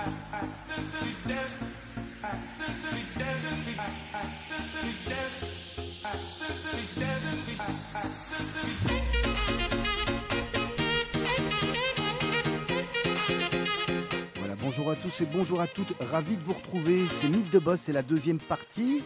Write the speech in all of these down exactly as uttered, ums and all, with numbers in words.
Voilà, bonjour à tous et bonjour à toutes, ravi de vous retrouver, c'est Mythe de Boss, c'est la deuxième partie.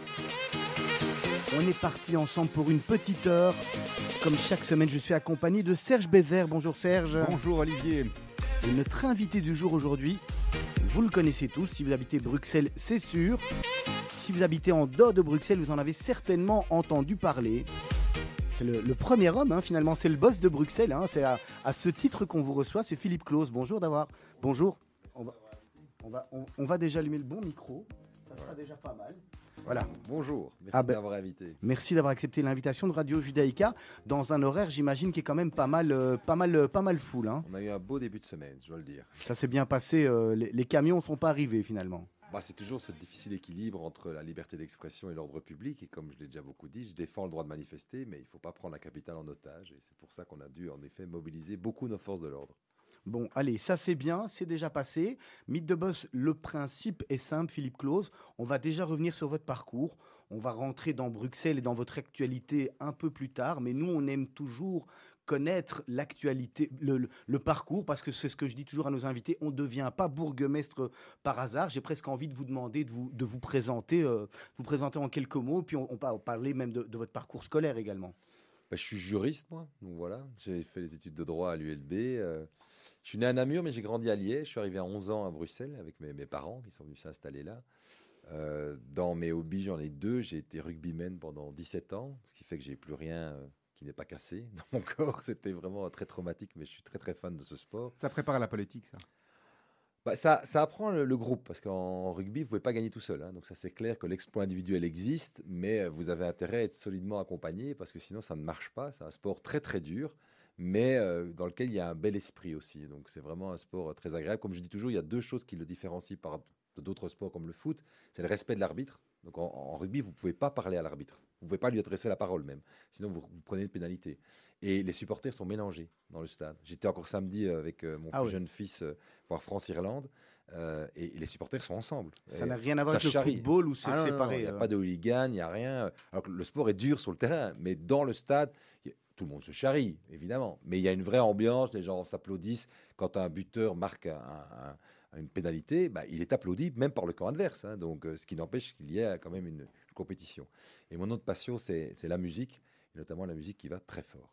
On est parti ensemble pour une petite heure. Comme chaque semaine, je suis accompagné de Serge Bézère. Bonjour Serge. Bonjour Olivier. Et notre invité du jour aujourd'hui, vous le connaissez tous, si vous habitez Bruxelles, c'est sûr. Si vous habitez en dehors de Bruxelles, vous en avez certainement entendu parler. C'est le, le premier homme, hein, finalement, c'est le boss de Bruxelles. Hein, c'est à, à ce titre qu'on vous reçoit, c'est Philippe Claus. Bonjour d'avoir. Bonjour. On va, on, va, on, on va déjà allumer le bon micro, ça sera déjà pas mal. Voilà. Bonjour, merci ah ben, d'avoir invité. Merci d'avoir accepté l'invitation de Radio Judaïka dans un horaire, j'imagine, qui est quand même pas mal, euh, pas mal, euh, pas mal full. Hein. On a eu un beau début de semaine, je dois le dire. Ça s'est bien passé, euh, les, les camions ne sont pas arrivés finalement. Bah, c'est toujours ce difficile équilibre entre la liberté d'expression et l'ordre public. Et comme je l'ai déjà beaucoup dit, je défends le droit de manifester, mais il ne faut pas prendre la capitale en otage. Et c'est pour ça qu'on a dû en effet mobiliser beaucoup nos forces de l'ordre. Bon, allez, ça c'est bien, c'est déjà passé. Mythe de Boss, le principe est simple, Philippe Claus. On va déjà revenir sur votre parcours. On va rentrer dans Bruxelles et dans votre actualité un peu plus tard. Mais nous, on aime toujours connaître l'actualité, le, le, le parcours, parce que c'est ce que je dis toujours à nos invités. On ne devient pas bourgmestre par hasard. J'ai presque envie de vous demander de vous, de vous présenter, euh, vous présenter en quelques mots. Puis on, on va parler même de, de votre parcours scolaire également. Bah, je suis juriste, moi. Donc voilà, j'ai fait les études de droit à l'U L B. Euh, je suis né à Namur, mais j'ai grandi à Liège. Je suis arrivé à onze ans à Bruxelles avec mes, mes parents qui sont venus s'installer là. Euh, dans mes hobbies, j'en ai deux. J'ai été rugbyman pendant dix-sept ans, ce qui fait que j'ai plus rien euh, qui n'est pas cassé dans mon corps. C'était vraiment très traumatique, mais je suis très très fan de ce sport. Ça prépare à la politique, ça. Bah, ça, ça apprend le, le groupe, parce qu'en rugby, vous ne pouvez pas gagner tout seul. Hein. Donc ça, c'est clair que l'exploit individuel existe, mais vous avez intérêt à être solidement accompagné, parce que sinon, ça ne marche pas. C'est un sport très, très dur, mais euh, dans lequel il y a un bel esprit aussi. Donc c'est vraiment un sport très agréable. Comme je dis toujours, il y a deux choses qui le différencient par d'autres sports comme le foot. C'est le respect de l'arbitre. Donc en, en rugby, vous ne pouvez pas parler à l'arbitre. Vous ne pouvez pas lui adresser la parole même. Sinon, vous, vous prenez une pénalité. Et les supporters sont mélangés dans le stade. J'étais encore samedi avec euh, mon ah plus oui. jeune fils euh, voir France-Irlande. Euh, et, et les supporters sont ensemble. Ça et n'a rien à voir avec le charrie. football où c'est ah non, séparé. Il n'y a euh... pas de hooligan, il n'y a rien. Alors que le sport est dur sur le terrain, mais dans le stade, y a, tout le monde se charrie, évidemment. Mais il y a une vraie ambiance, les gens s'applaudissent. Quand un buteur marque un, un, un, une pénalité, bah, il est applaudi même par le camp adverse. Hein, donc, euh, ce qui n'empêche qu'il y ait quand même une, une compétition. Et mon autre passion, c'est, c'est la musique, et notamment la musique qui va très fort.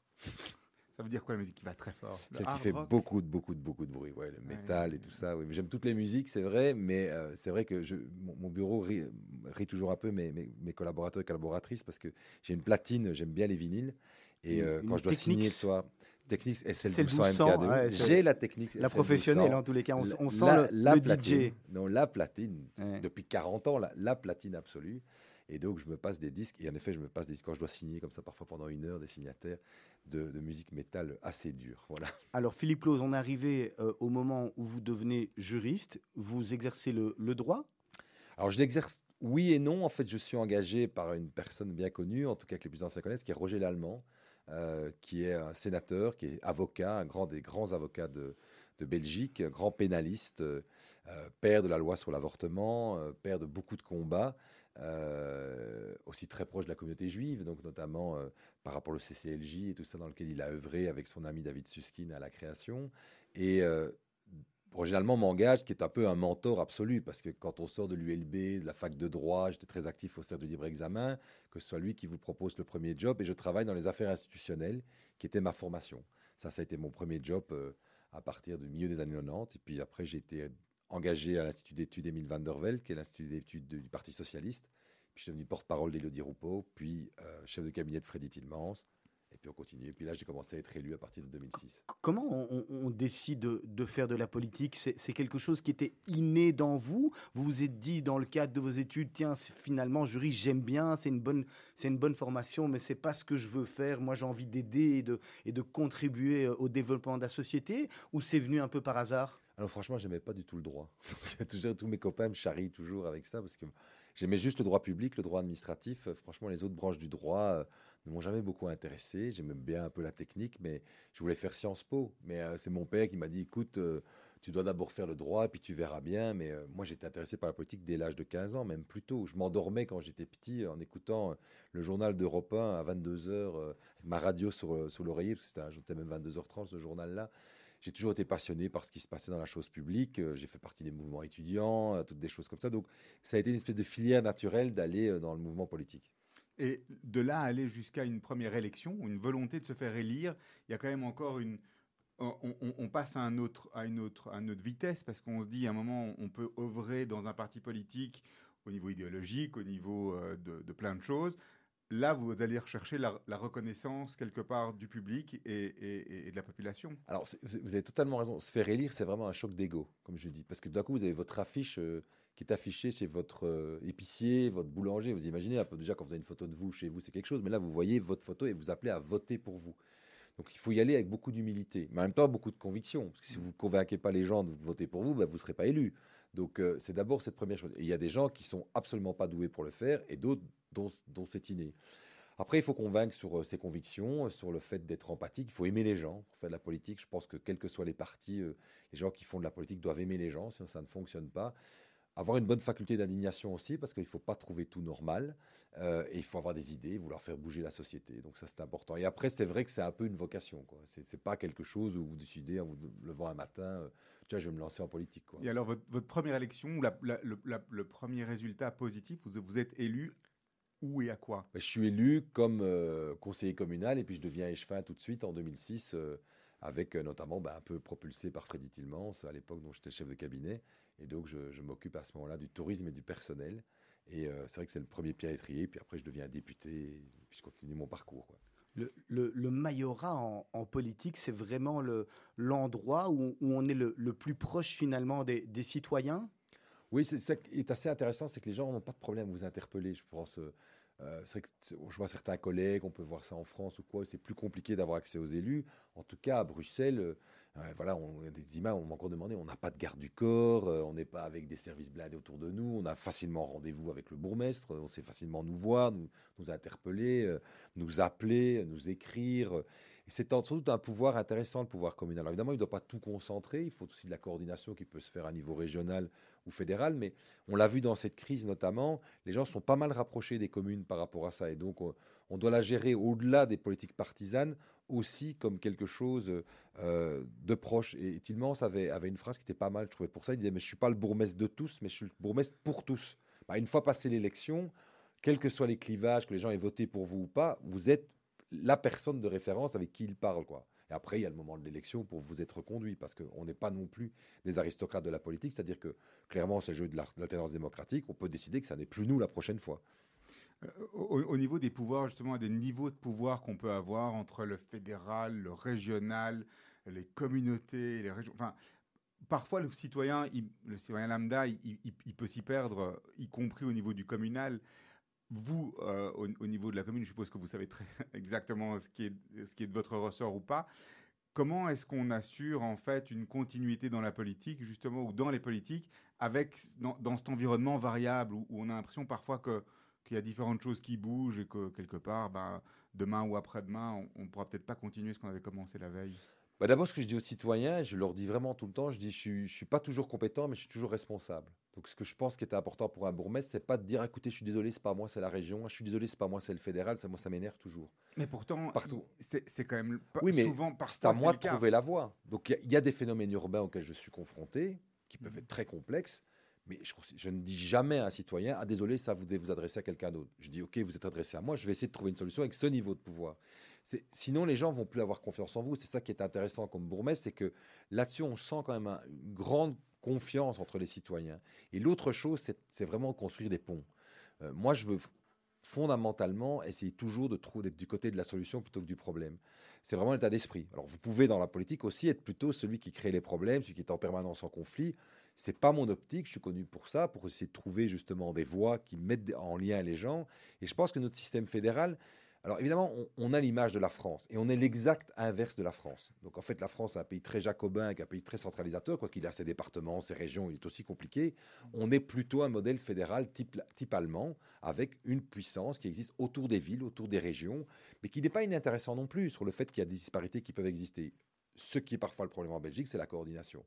Ça veut dire quoi la musique qui va très fort? Celle qui fait rock. beaucoup, de, beaucoup, de, beaucoup de bruit. Ouais, le ouais, métal ouais, et tout ouais. ça. Oui. J'aime toutes les musiques, c'est vrai, mais euh, c'est vrai que je, mon, mon bureau rit, rit toujours un peu mes, mes, mes collaborateurs et collaboratrices parce que j'ai une platine, j'aime bien les vinyles. Et euh, quand je dois signer le soir, technique, c'est, c'est le douze cents M K deux. Ouais, j'ai la technique. La professionnelle, en tous les cas. On, on sent la, le, la le platine, D J. Non, la platine. Ouais. Depuis quarante ans, la, la platine absolue. Et donc, je me passe des disques. Et en effet, je me passe des disques quand je dois signer, comme ça, parfois pendant une heure, des signataires de, de musique métal assez dure. Voilà. Alors, Philippe Claus, on est arrivé euh, au moment où vous devenez juriste. Vous exercez le, le droit ? Alors, je l'exerce, oui et non. En fait, je suis engagé par une personne bien connue, en tout cas que les plus anciens connaissent, qui est Roger Lallemand, euh, qui est un sénateur, qui est avocat, un grand des grands avocats de, de Belgique, grand pénaliste, euh, père de la loi sur l'avortement, euh, père de beaucoup de combats. Euh, aussi très proche de la communauté juive, donc notamment euh, par rapport au C C L J et tout ça, dans lequel il a œuvré avec son ami David Susskind à la création. Et euh, Roger Lallemand m'engage, qui est un peu un mentor absolu, parce que quand on sort de l'U L B, de la fac de droit, j'étais très actif au cercle de libre examen, que ce soit lui qui vous propose le premier job, et je travaille dans les affaires institutionnelles, qui était ma formation. Ça, ça a été mon premier job euh, à partir du milieu des années quatre-vingt-dix, et puis après j'ai été engagé à l'Institut d'études Émile van der Velde, qui est l'Institut d'études du Parti socialiste. Puis je suis devenu porte-parole d'Élodie Roupeau, puis euh, chef de cabinet de Freddy Tillmans. Et puis on continue. Et puis là, j'ai commencé à être élu à partir de deux mille six. Comment on, on décide de, de faire de la politique ? c'est, c'est quelque chose qui était inné dans vous ? Vous vous êtes dit dans le cadre de vos études, tiens, finalement, juriste, j'aime bien, c'est une bonne, c'est une bonne formation, mais c'est pas ce que je veux faire. Moi, j'ai envie d'aider et de, et de contribuer au développement de la société. Ou c'est venu un peu par hasard ? Alors franchement, j'aimais pas du tout le droit. Tous mes copains me charrient toujours avec ça parce que j'aimais juste le droit public, le droit administratif. Franchement, les autres branches du droit euh, ne m'ont jamais beaucoup intéressé. J'aimais bien un peu la technique, mais je voulais faire Sciences Po. Mais euh, c'est mon père qui m'a dit, écoute, euh, tu dois d'abord faire le droit, puis tu verras bien. Mais euh, moi, j'étais intéressé par la politique dès l'âge de quinze ans, même plus tôt. Je m'endormais quand j'étais petit en écoutant euh, le journal d'Europe un à vingt-deux heures, euh, avec ma radio sur, euh, sur l'oreiller, parce que c'était, un- c'était même vingt-deux heures trente, ce journal-là. J'ai toujours été passionné par ce qui se passait dans la chose publique. Euh, J'ai fait partie des mouvements étudiants, euh, toutes des choses comme ça. Donc, ça a été une espèce de filière naturelle d'aller euh, dans le mouvement politique. Et de là à aller jusqu'à une première élection, une volonté de se faire élire, il y a quand même encore une... On, on- on passe à, un autre, à, une autre, à une autre vitesse parce qu'on se dit à un moment on peut œuvrer dans un parti politique au niveau idéologique, au niveau euh, de, de plein de choses. Là, vous allez rechercher la, la reconnaissance quelque part du public et, et- et de la population. Alors, c'est- vous vous avez totalement raison. Se faire élire, c'est vraiment un choc d'ego, comme je dis. Parce que d'un coup, vous avez votre affiche euh, qui est affichée chez votre euh, épicier, votre boulanger. Vous imaginez un peu déjà quand vous avez une photo de vous chez vous, c'est quelque chose. Mais là, vous voyez votre photo et vous appelez à voter pour vous. Donc, il faut y aller avec beaucoup d'humilité, mais en même temps, beaucoup de conviction. Parce que si vous ne convainquez pas les gens de voter pour vous, ben, vous ne serez pas élu. Donc, euh, c'est d'abord cette première chose. Et il y a des gens qui sont absolument pas doués pour le faire et d'autres dont, dont c'est inné. Après, il faut convaincre sur euh, ses convictions, euh, sur le fait d'être empathique. Il faut aimer les gens pour faire de la politique. Je pense que quels que soient les partis, euh, les gens qui font de la politique doivent aimer les gens, sinon ça ne fonctionne pas. Avoir une bonne faculté d'indignation aussi, parce qu'il ne faut pas trouver tout normal. Euh, et il faut avoir des idées, vouloir faire bouger la société. Donc ça, c'est important. Et après, c'est vrai que c'est un peu une vocation, quoi. C'est, c'est pas quelque chose où vous décidez en vous levant un matin, euh, tiens, je vais me lancer en politique, quoi. Et alors, votre, votre première élection, la- la- le, la- le premier résultat positif, vous, vous êtes élu où et à quoi? Je suis élu comme euh, conseiller communal et puis je deviens échevin tout de suite en deux mille six, euh, avec euh, notamment bah, un peu propulsé par Freddy Tillmans à l'époque dont j'étais chef de cabinet. Et donc je, je m'occupe à ce moment-là du tourisme et du personnel. Et euh, c'est vrai que c'est le premier pierre étrier. Puis après je deviens député et puis je continue mon parcours, quoi. Le, le- le majorat en, en politique, c'est vraiment le, l'endroit où, où on est le, le plus proche finalement des, des citoyens. Oui, c'est ça qui est assez intéressant, c'est que les gens n'ont pas de problème à vous interpeller, je pense. euh, euh, c'est vrai que c'est- je vois certains collègues, on peut voir ça en France ou quoi, c'est plus compliqué d'avoir accès aux élus. En tout cas, à Bruxelles, euh, euh, voilà, on a des images, on m'a encore demandé, on n'a pas de garde du corps, euh, on n'est pas avec des services blindés autour de nous, on a facilement rendez-vous avec le bourgmestre, on sait facilement nous voir, nous, nous interpeller, euh, nous appeler, nous écrire. Et c'est sans doute un pouvoir intéressant, le pouvoir communal. Alors évidemment, il ne doit pas tout concentrer, il faut aussi de la coordination qui peut se faire à niveau régional ou fédéral, mais on l'a vu dans cette crise notamment, les gens sont pas mal rapprochés des communes par rapport à ça, et donc on, on doit la gérer au-delà des politiques partisanes, aussi comme quelque chose euh, de proche. Et Tillmans avait, avait une phrase qui était pas mal, je trouvais, pour ça, il disait, mais je suis pas le bourgmestre de tous, mais je suis le bourgmestre pour tous. Bah, une fois passé l'élection, quels que soient les clivages, que les gens aient voté pour vous ou pas, vous êtes la personne de référence avec qui ils parlent, quoi. Et après, il y a le moment de l'élection pour vous être conduit, parce qu'on n'est pas non plus des aristocrates de la politique, c'est-à-dire que clairement, c'est le jeu de la- de l'alternance démocratique, on peut décider que ça n'est plus nous la prochaine fois. Euh, Au, au niveau des pouvoirs, justement, des niveaux de pouvoir qu'on peut avoir entre le fédéral, le régional, les communautés, les régions. Enfin, parfois, le citoyen, il- le citoyen lambda, il, il- il peut s'y perdre, y compris au niveau du communal. Vous, euh, au, au niveau de la commune, je suppose que vous savez très exactement ce qui est, ce qui est de votre ressort ou pas. Comment est-ce qu'on assure en fait une continuité dans la politique, justement, ou dans les politiques, avec dans, dans cet environnement variable où, où on a l'impression parfois que qu'il y a différentes choses qui bougent et que quelque part, ben, demain ou après-demain, on ne pourra peut-être pas continuer ce qu'on avait commencé la veille. Bah, d'abord, ce que je dis aux citoyens, et je leur dis vraiment tout le temps, je dis, je suis, je suis pas toujours compétent, mais je suis toujours responsable. Donc, ce que je pense qui était important pour un bourgmestre, c'est pas de dire, écoutez, je suis désolé, c'est pas moi, c'est la région. Je suis désolé, c'est pas moi, c'est le fédéral. Ça, moi, ça m'énerve toujours. Mais pourtant, Partout. il- c'est c'est quand même pas- Oui, mais souvent, c'est parfois, à moi le de cas. trouver la voie. Donc, il y a- il y, a des phénomènes urbains auxquels je suis confronté, qui peuvent Mhm. être très complexes, mais je, consi- je ne dis jamais à un citoyen, ah désolé, ça, vous devez vous adresser à quelqu'un d'autre. Je dis, ok, vous êtes adressé à moi, je vais essayer de trouver une solution avec ce niveau de pouvoir. C'est- Sinon, les gens vont plus avoir confiance en vous. C'est ça qui est intéressant comme bourgmestre, c'est que là-dessus, on sent quand même un- une grande confiance entre les citoyens. Et l'autre chose, c'est c'est vraiment construire des ponts. Euh, moi, je veux fondamentalement essayer toujours de trouver d'être du côté de la solution plutôt que du problème. C'est vraiment l'état d'esprit. Alors, vous pouvez dans la politique aussi être plutôt celui qui crée les problèmes, celui qui est en permanence en conflit. C'est pas mon optique. Je suis connu pour ça, pour essayer de trouver justement des voies qui mettent en lien les gens. Et je pense que notre système fédéral, alors évidemment, on, on a l'image de la France et on est l'exact inverse de la France. Donc en fait, la France est un pays très jacobin, un pays très centralisateur, quoi qu'il a ses départements, ses régions, il est aussi compliqué. On est plutôt un modèle fédéral type, type allemand, avec une puissance qui existe autour des villes, autour des régions, mais qui n'est pas inintéressant non plus sur le fait qu'il y a des disparités qui peuvent exister. Ce qui est parfois le problème en Belgique, c'est la coordination.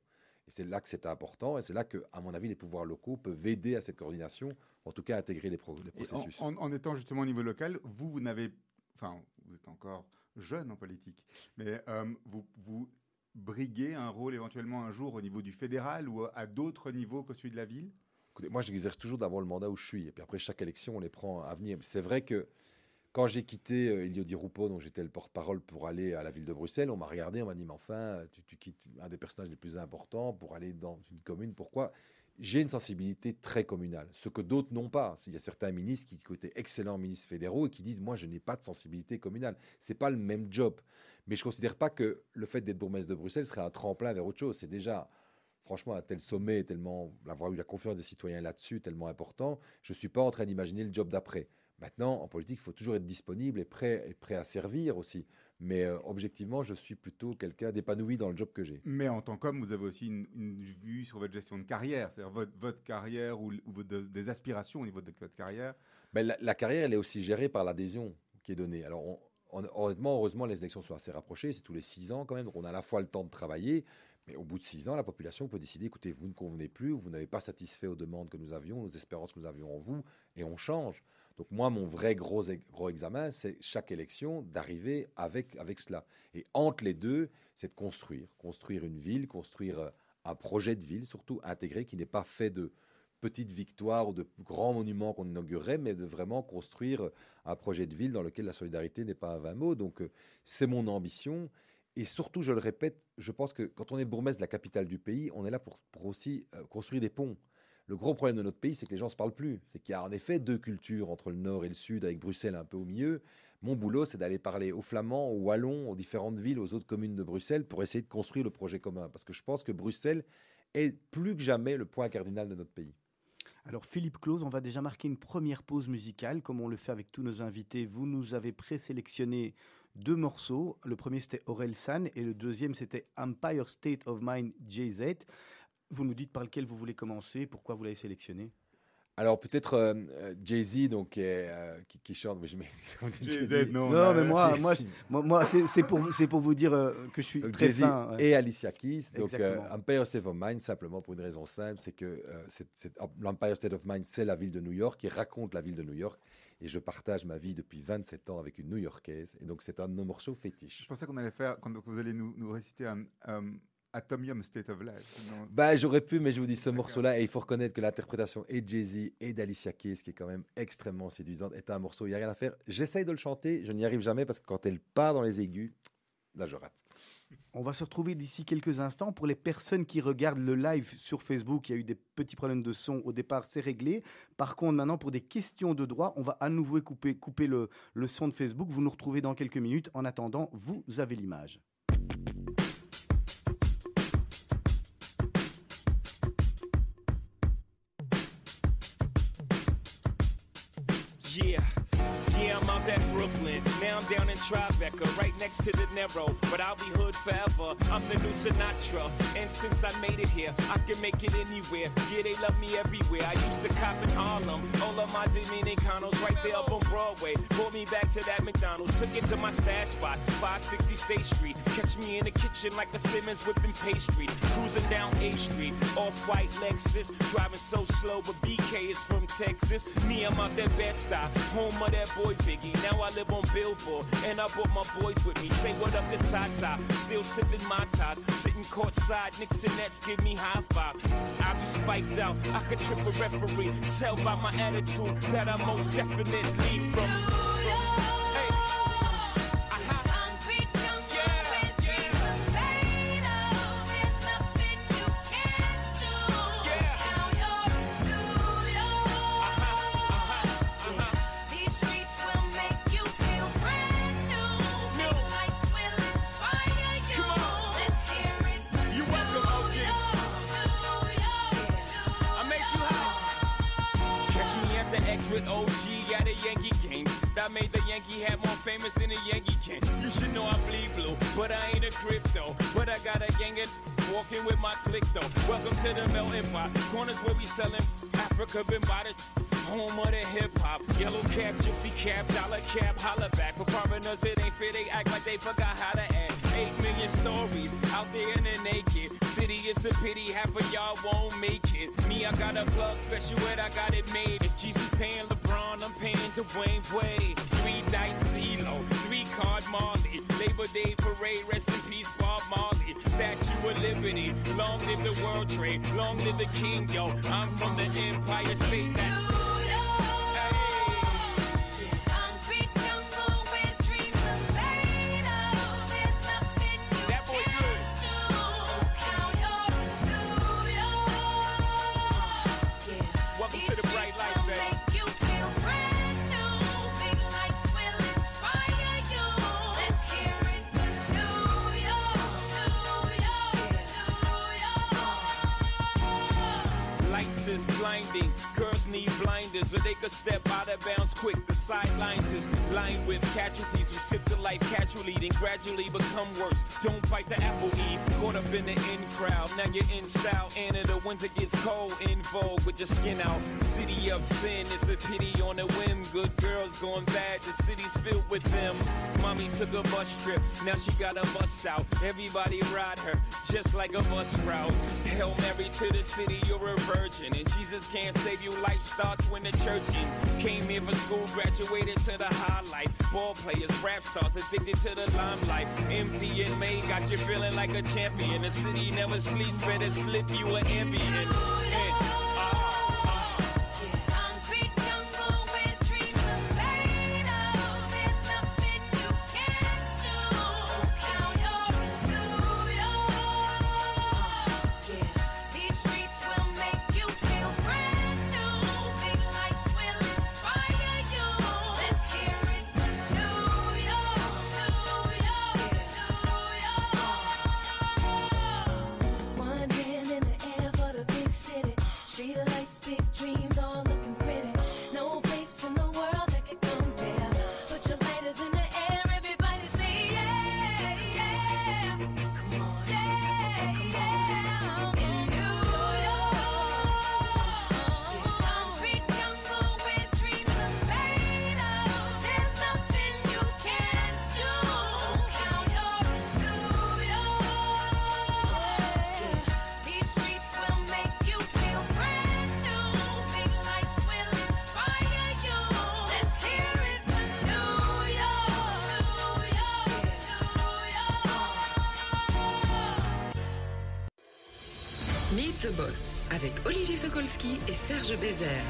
Et c'est là que c'est important, et c'est là que, à mon avis, les pouvoirs locaux peuvent aider à cette coordination, en tout cas à intégrer les, pro- les processus. En, en, en étant justement au niveau local, vous, vous n'avez, enfin, vous êtes encore jeune en politique, mais euh, vous, vous briguez un rôle éventuellement un jour au niveau du fédéral ou à d'autres niveaux que celui de la ville? Écoutez, moi, j'exerce toujours d'abord le mandat où je suis, et puis après, chaque élection, on les prend à venir. C'est vrai que quand j'ai quitté euh, Elio Di Rupo, dont j'étais le porte-parole pour aller à la ville de Bruxelles, on m'a regardé, on m'a dit, mais enfin, tu, tu quittes un des personnages les plus importants pour aller dans une commune, pourquoi? J'ai une sensibilité très communale, ce que d'autres n'ont pas. Il y a certains ministres qui, qui étaient excellents ministres fédéraux et qui disent, moi, je n'ai pas de sensibilité communale. Ce n'est pas le même job. Mais je ne considère pas que le fait d'être bourgmestre de Bruxelles serait un tremplin vers autre chose. C'est déjà, franchement, un tel sommet, tellement, avoir eu la confiance des citoyens là-dessus, tellement important, je ne suis pas en train d'imaginer le job d'après. Maintenant, en politique, il faut toujours être disponible et prêt, et prêt à servir aussi. Mais euh, objectivement, je suis plutôt quelqu'un d'épanoui dans le job que j'ai. Mais en tant qu'homme, vous avez aussi une, une vue sur votre gestion de carrière, c'est-à-dire votre, votre carrière ou, ou de, des aspirations au niveau de votre carrière. Mais la, la carrière, elle est aussi gérée par l'adhésion qui est donnée. Alors, on, on, honnêtement, heureusement, les élections sont assez rapprochées. C'est tous les six ans quand même. Donc, on a à la fois le temps de travailler. Mais au bout de six ans, la population peut décider, écoutez, vous ne convenez plus, vous n'avez pas satisfait aux demandes que nous avions, aux espérances que nous avions en vous, et on change. Donc moi, mon vrai gros, gros examen, c'est chaque élection d'arriver avec, avec cela. Et entre les deux, c'est de construire. Construire une ville, construire un projet de ville, surtout intégré, qui n'est pas fait de petites victoires ou de grands monuments qu'on inaugurerait, mais de vraiment construire un projet de ville dans lequel la solidarité n'est pas un vain mot. Donc c'est mon ambition. Et surtout, je le répète, je pense que quand on est bourgmestre de la capitale du pays, on est là pour, pour aussi euh, construire des ponts. Le gros problème de notre pays, c'est que les gens ne se parlent plus. C'est qu'il y a en effet deux cultures entre le nord et le sud, avec Bruxelles un peu au milieu. Mon boulot, c'est d'aller parler aux Flamands, aux Wallons, aux différentes villes, aux autres communes de Bruxelles, pour essayer de construire le projet commun. Parce que je pense que Bruxelles est plus que jamais le point cardinal de notre pays. Alors Philippe Close, on va déjà marquer une première pause musicale, comme on le fait avec tous nos invités. Vous nous avez présélectionné deux morceaux. Le premier, c'était Orelsan, et le deuxième, c'était Empire State of Mind, Jay-Z. Vous nous dites par lequel vous voulez commencer, pourquoi vous l'avez sélectionné? Alors peut-être euh, Jay-Z, donc, euh, qui, qui chante, mais je mets Jay-Z, non. Non, mais moi, moi, moi, moi c'est, c'est, pour, c'est pour vous dire euh, que je suis donc, très Jay-Z fin. Ouais. Et Alicia Keys. Donc euh, Exactement. Empire State of Mind, simplement pour une raison simple, c'est que euh, c'est, c'est, l'Empire State of Mind, c'est la ville de New York, qui raconte la ville de New York. Et je partage ma vie depuis vingt-sept ans avec une New-Yorkaise. Et donc c'est un de nos morceaux fétiches. Je pensais qu'on allait faire, quand vous allez nous, nous réciter un... Um, Atomium State of Life. Non. Bah, j'aurais pu, mais je vous dis ce morceau-là, et il faut reconnaître que l'interprétation et de Jay-Z et d'Alicia Keys, qui est quand même extrêmement séduisante, est un morceau, il n'y a rien à faire. J'essaye de le chanter, je n'y arrive jamais, parce que quand elle part dans les aigus, là je rate. On va se retrouver d'ici quelques instants. Pour les personnes qui regardent le live sur Facebook, il y a eu des petits problèmes de son au départ, c'est réglé. Par contre, maintenant, pour des questions de droit, on va à nouveau couper, couper le, le son de Facebook. Vous nous retrouvez dans quelques minutes. En attendant, vous avez l'image. Yeah, yeah, I'm out at Brooklyn. Now I'm down in Tribeca, right next to the Narrow. But I'll be hood forever. I'm the new Sinatra. And since I made it here, I can make it anywhere. Yeah, they love me everywhere. I used to cop in Harlem. All of my Dominicanos right there up on Broadway. Pulled me back to that McDonald's. Took it to my stash spot, five sixty State Street. Catch me in the kitchen like a Simmons whipping pastry. Cruising down A Street, off-white Lexus. Driving so slow, but B K is from Texas. Me, I'm out that Bed-Stuy, home of that boy Biggie. Now I live on Billboard, and I brought my boys with me. Say what up to Tata, still sipping my top. Sitting courtside, Knicks and Nets give me high five. I be spiked out, I could trip a referee. Tell by my attitude that I'm most definitely from. With O G at a Yankee game. That made the Yankee hat more famous than a Yankee can. You should know I bleed blue, but I ain't a crypto. But I got a gang of walking with my click though. Welcome to the melting pot. Corners where we selling Africa been by the home of the hip hop. Yellow cap, gypsy cap, dollar cap, holla back. For foreigners it ain't fair, they act like they forgot how to act. Eight million stories out there in the naked city. It's a pity half of y'all won't make it. Me, I got a plug special ed, I got it made. If Jesus paying LeBron, I'm paying Dwayne Wade. Three dice CeeLo, three card Marley. Labor Day parade, rest in peace Bob Marley. Statue of Liberty, long live the World Trade, long live the King, yo. I'm from the Empire State. That's blinding. Girls need blinders so they could step out of bounds quick. The sidelines is lined with casualties who sip the life casually, then gradually become worse. Don't bite the apple, Eve. Caught up in the in crowd. Now you're in style. And in the winter gets cold, in vogue with your skin out. City of sin, it's a pity on a whim. Good girls going bad, the city's filled with them. Mommy took a bus trip, now she got a bust out. Everybody ride her, just like a bus route. Hail Mary to the city, you're a virgin. And Jesus can't save you, life starts when the church in. Came here for school, graduated to the highlight. Ball players, rap stars, addicted to the limelight. Empty and May got you feeling like a champion. The city never sleeps, better slip you an ambient. And, Meet the Boss avec Olivier Sokolski et Serge Bézère.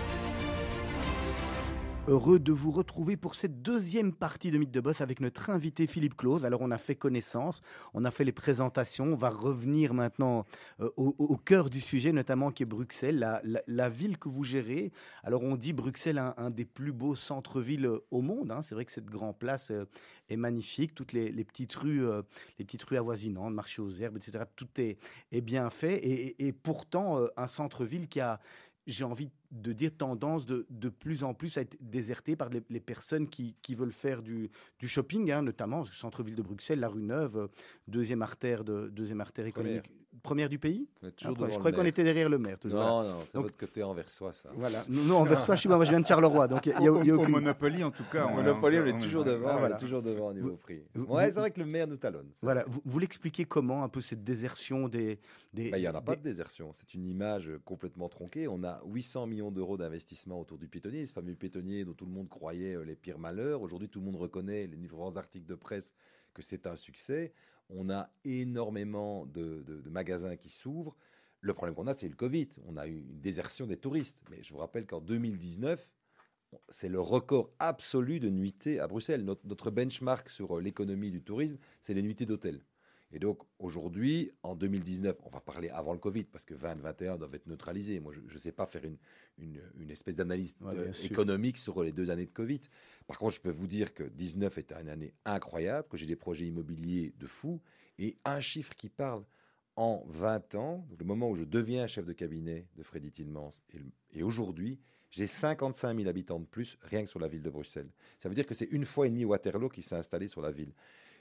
Heureux de vous retrouver pour cette deuxième partie de Meet the Boss avec notre invité Philippe Close. Alors on a fait connaissance, on a fait les présentations, on va revenir maintenant euh, au, au cœur du sujet, notamment qui est Bruxelles, la, la, la ville que vous gérez. Alors on dit Bruxelles, un, un des plus beaux centres-villes au monde, hein. C'est vrai que cette grande place euh, est magnifique, toutes les, les, petites rues, euh, les petites rues avoisinantes, marché aux herbes, et cetera. Tout est, est bien fait et, et, et pourtant euh, un centre-ville qui a, j'ai envie de dire, tendance de, de plus en plus à être déserté par les, les personnes qui, qui veulent faire du, du shopping, hein, notamment le centre-ville de Bruxelles, la rue Neuve, deuxième artère, de, deuxième artère économique. Première. Première du pays. Toujours Après, je croyais qu'on était derrière le maire. Toujours. Non, non, c'est donc, votre côté Anversois, ça. Voilà. Non, non Anversois, je suis, moi, je viens de Charleroi. Donc, y a, y a, au, y a au aucune... Monopoly, en tout cas. Au Monopoly, on, on est toujours on est... devant, Ah, voilà. on est toujours devant au niveau vous, prix. Vous, ouais, c'est vrai que le maire nous talonne. Voilà. Vous, vous l'expliquez comment, un peu cette désertion des... des ben, il n'y en a des... pas de désertion. C'est une image complètement tronquée. On a huit cents millions d'euros d'investissement autour du piétonnier, ce fameux piétonnier dont tout le monde croyait les pires malheurs. Aujourd'hui, tout le monde reconnaît les différents articles de presse que c'est un succès. On a énormément de, de, de magasins qui s'ouvrent. Le problème qu'on a, c'est le Covid. On a eu une désertion des touristes. Mais je vous rappelle qu'en deux mille dix-neuf, c'est le record absolu de nuitées à Bruxelles. Notre, notre benchmark sur l'économie du tourisme, c'est les nuitées d'hôtel. Et donc, aujourd'hui, en deux mille dix-neuf, on va parler avant le Covid, parce que vingt vingt et un doivent être neutralisés. Moi, je ne sais pas faire une, une, une espèce d'analyse ouais, de, économique sur les deux années de Covid. Par contre, je peux vous dire que dix-neuf était une année incroyable, que j'ai des projets immobiliers de fou. Et un chiffre qui parle, en vingt ans, donc le moment où je deviens chef de cabinet de Freddy Tillmans, et, et aujourd'hui, j'ai cinquante-cinq mille habitants de plus, rien que sur la ville de Bruxelles. Ça veut dire que c'est une fois et demie Waterloo qui s'est installé sur la ville.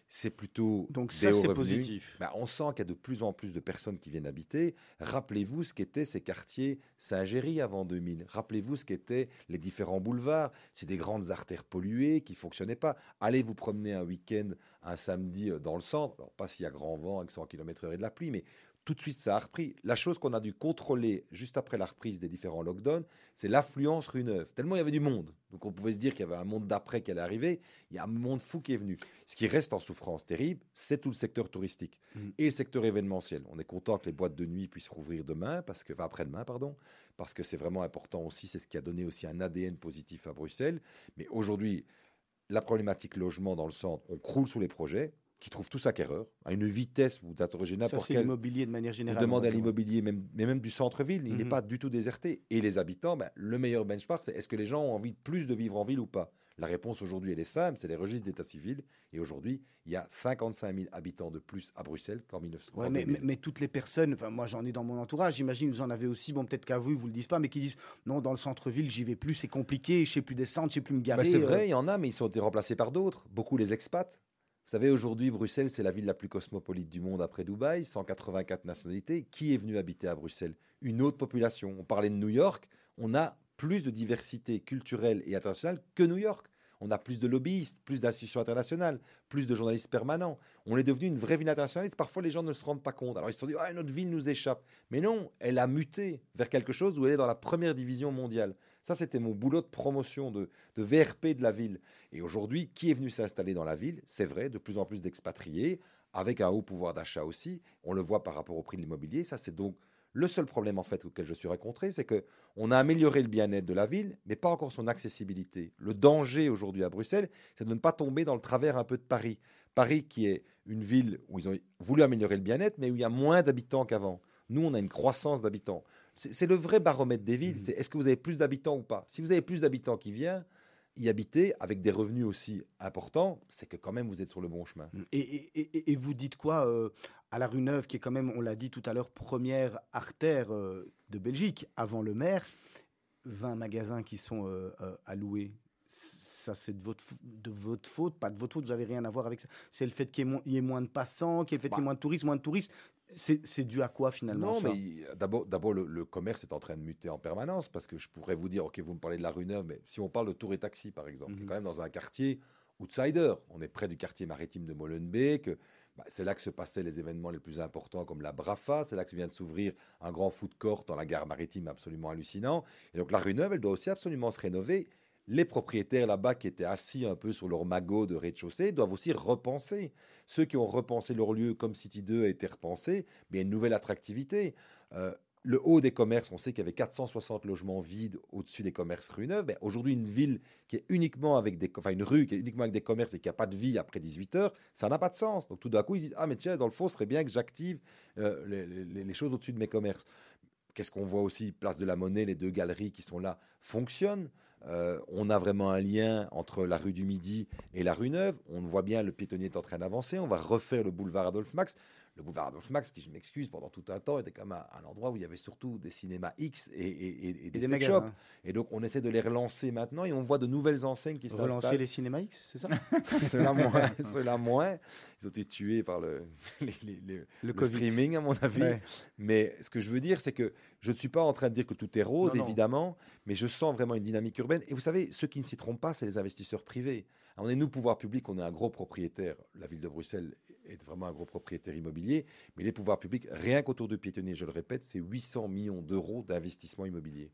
c'est plutôt Donc des ça, hauts c'est revenus. positif. Ben, on sent qu'il y a de plus en plus de personnes qui viennent habiter. Rappelez-vous ce qu'étaient ces quartiers Saint-Géry avant deux mille. Rappelez-vous ce qu'étaient les différents boulevards. C'est des grandes artères polluées qui ne fonctionnaient pas. Allez vous promener un week-end, un samedi euh, dans le centre. Alors, pas s'il y a grand vent avec cent kilomètres heure et de la pluie, mais tout de suite, ça a repris. La chose qu'on a dû contrôler juste après la reprise des différents lockdowns, c'est l'affluence rue Neuve. Tellement il y avait du monde. Donc on pouvait se dire qu'il y avait un monde d'après qui allait arriver. Il y a un monde fou qui est venu. Ce qui reste en souffrance terrible, c'est tout le secteur touristique Mmh. et le secteur événementiel. On est content que les boîtes de nuit puissent rouvrir demain, parce que, enfin, après-demain, pardon, parce que c'est vraiment important aussi. C'est ce qui a donné aussi un A D N positif à Bruxelles. Mais aujourd'hui, la problématique logement dans le centre, on croule sous les projets qui trouvent tous acquéreurs, à une vitesse, vous interrogez Ça, n'importe c'est quel... l'immobilier de manière Vous générale. demandez on à va dire. l'immobilier, même, mais même du centre-ville, il n'est Mhm. pas du tout déserté. Et les habitants, ben, le meilleur benchmark, c'est est-ce que les gens ont envie de plus de vivre en ville ou pas? La réponse aujourd'hui, elle est simple, c'est les registres d'état civil. Et aujourd'hui, il y a cinquante-cinq mille habitants de plus à Bruxelles qu'en mille neuf cents. Ouais, mais, mais, mais toutes les personnes, enfin moi j'en ai dans mon entourage, j'imagine vous en avez aussi, bon peut-être qu'à vous ils vous le disent pas, mais qui disent non dans le centre-ville j'y vais plus, c'est compliqué, je sais plus descendre, je sais plus me garer. Ben, c'est euh. vrai, il y en a, mais ils ont été remplacés par d'autres. Beaucoup les expats. Vous savez, aujourd'hui, Bruxelles, c'est la ville la plus cosmopolite du monde après Dubaï, cent quatre-vingt-quatre nationalités. Qui est venu habiter à Bruxelles? Une autre population. On parlait de New York, on a plus de diversité culturelle et internationale que New York. On a plus de lobbyistes, plus d'institutions internationales, plus de journalistes permanents. On est devenu une vraie ville internationaliste. Parfois, les gens ne se rendent pas compte. Alors, ils se sont dit, ah, notre ville nous échappe. Mais non, elle a muté vers quelque chose où elle est dans la première division mondiale. Ça, c'était mon boulot de promotion, de, de V R P de la ville. Et aujourd'hui, qui est venu s'installer dans la ville? C'est vrai, de plus en plus d'expatriés, avec un haut pouvoir d'achat aussi. On le voit par rapport au prix de l'immobilier. Ça, c'est donc le seul problème en fait auquel je suis rencontré, c'est qu'on a amélioré le bien-être de la ville, mais pas encore son accessibilité. Le danger aujourd'hui à Bruxelles, c'est de ne pas tomber dans le travers un peu de Paris. Paris qui est une ville où ils ont voulu améliorer le bien-être, mais où il y a moins d'habitants qu'avant. Nous, on a une croissance d'habitants. C'est, c'est le vrai baromètre des villes. Mmh. C'est est-ce que vous avez plus d'habitants ou pas? Si vous avez plus d'habitants qui viennent y habiter avec des revenus aussi importants, c'est que quand même vous êtes sur le bon chemin. Et, et, et, et vous dites quoi euh, à la rue Neuve, qui est quand même, on l'a dit tout à l'heure, première artère euh, de Belgique, avant le maire, vingt magasins qui sont euh, euh, alloués. Ça, c'est de votre, de votre faute, pas de votre faute, vous n'avez rien à voir avec ça. C'est le fait qu'il y ait, mo- il y ait moins de passants, qu'il y ait le fait bah. qu'il y ait moins de touristes, moins de touristes. C'est, c'est dû à quoi finalement? Non, ça mais d'abord, d'abord le, le commerce est en train de muter en permanence, parce que je pourrais vous dire, ok, vous me parlez de la rue Neuve, mais si on parle de Tour et Taxi par exemple, mm-hmm. qui est quand même dans un quartier outsider, on est près du quartier maritime de Molenbeek, bah, c'est là que se passaient les événements les plus importants comme la Brafa, c'est là que vient de s'ouvrir un grand food court dans la gare maritime absolument hallucinant. Et donc la rue Neuve, elle doit aussi absolument se rénover. Les propriétaires là-bas qui étaient assis un peu sur leur magot de rez-de-chaussée doivent aussi repenser. Ceux qui ont repensé leur lieu comme City deux a été repensé, mais il y a une nouvelle attractivité. Euh, le haut des commerces, on sait qu'il y avait quatre cent soixante logements vides au-dessus des commerces rue Neuve. Ben, aujourd'hui, une ville qui est uniquement avec des, enfin une rue qui est uniquement avec des commerces et qui n'a pas de vie après dix-huit heures, ça n'a pas de sens. Donc tout d'un coup, ils disent ah mais tiens, dans le fond, ce serait bien que j'active euh, les, les, les choses au-dessus de mes commerces. Qu'est-ce qu'on voit aussi? Place de la Monnaie, les deux galeries qui sont là fonctionnent. Euh, on a vraiment un lien entre la rue du Midi et la rue Neuve. On voit bien, le piétonnier est en train d'avancer. On va refaire le boulevard Adolphe Max. Le boulevard Adolphe Max, qui, je m'excuse, pendant tout un temps, était quand même un, un endroit où il y avait surtout des cinémas X et, et, et, et des, des sex shops. Et donc, on essaie de les relancer maintenant et on voit de nouvelles enseignes qui s'installent. Relancer les cinémas X, c'est ça? Ceux-là moins, ceux-là moins. Ils ont été tués par le, les, les, les, le, le streaming, à mon avis. Ouais. Mais ce que je veux dire, c'est que je ne suis pas en train de dire que tout est rose, non, évidemment, non. mais je sens vraiment une dynamique urbaine. Et vous savez, ceux qui ne s'y trompent pas, c'est les investisseurs privés. On est, nous, pouvoir public, on est un gros propriétaire. La ville de Bruxelles est vraiment un gros propriétaire immobilier. Mais les pouvoirs publics, rien qu'autour de piétonniers, je le répète, c'est huit cents millions d'euros d'investissement immobilier.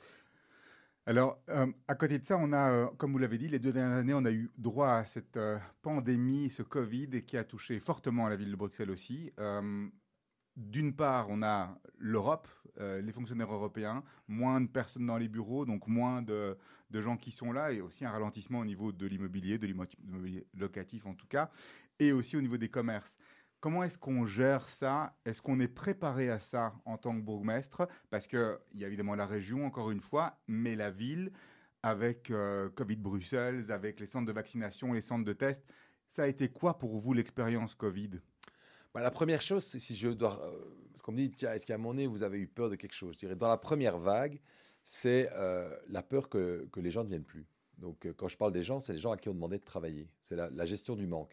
Alors, euh, à côté de ça, on a, euh, comme vous l'avez dit, les deux dernières années, on a eu droit à cette euh, pandémie, ce Covid, qui a touché fortement la ville de Bruxelles aussi. Euh, D'une part, on a l'Europe, euh, les fonctionnaires européens, moins de personnes dans les bureaux, donc moins de, de gens qui sont là, et aussi un ralentissement au niveau de l'immobilier, de l'immobilier locatif en tout cas, et aussi au niveau des commerces. Comment est-ce qu'on gère ça? Est-ce qu'on est préparé à ça en tant que bourgmestre? Parce qu'il y a évidemment la région, encore une fois, mais la ville, avec euh, Covid Bruxelles, avec les centres de vaccination, les centres de tests, ça a été quoi pour vous l'expérience Covid? Bah, la première chose, c'est si je dois... Euh, parce qu'on me dit, tiens, est-ce qu'à un moment donné, vous avez eu peur de quelque chose? Je dirais, dans la première vague, c'est euh, la peur que, que les gens ne viennent plus. Donc, euh, quand je parle des gens, c'est les gens à qui on demandait de travailler. C'est la, la gestion du manque.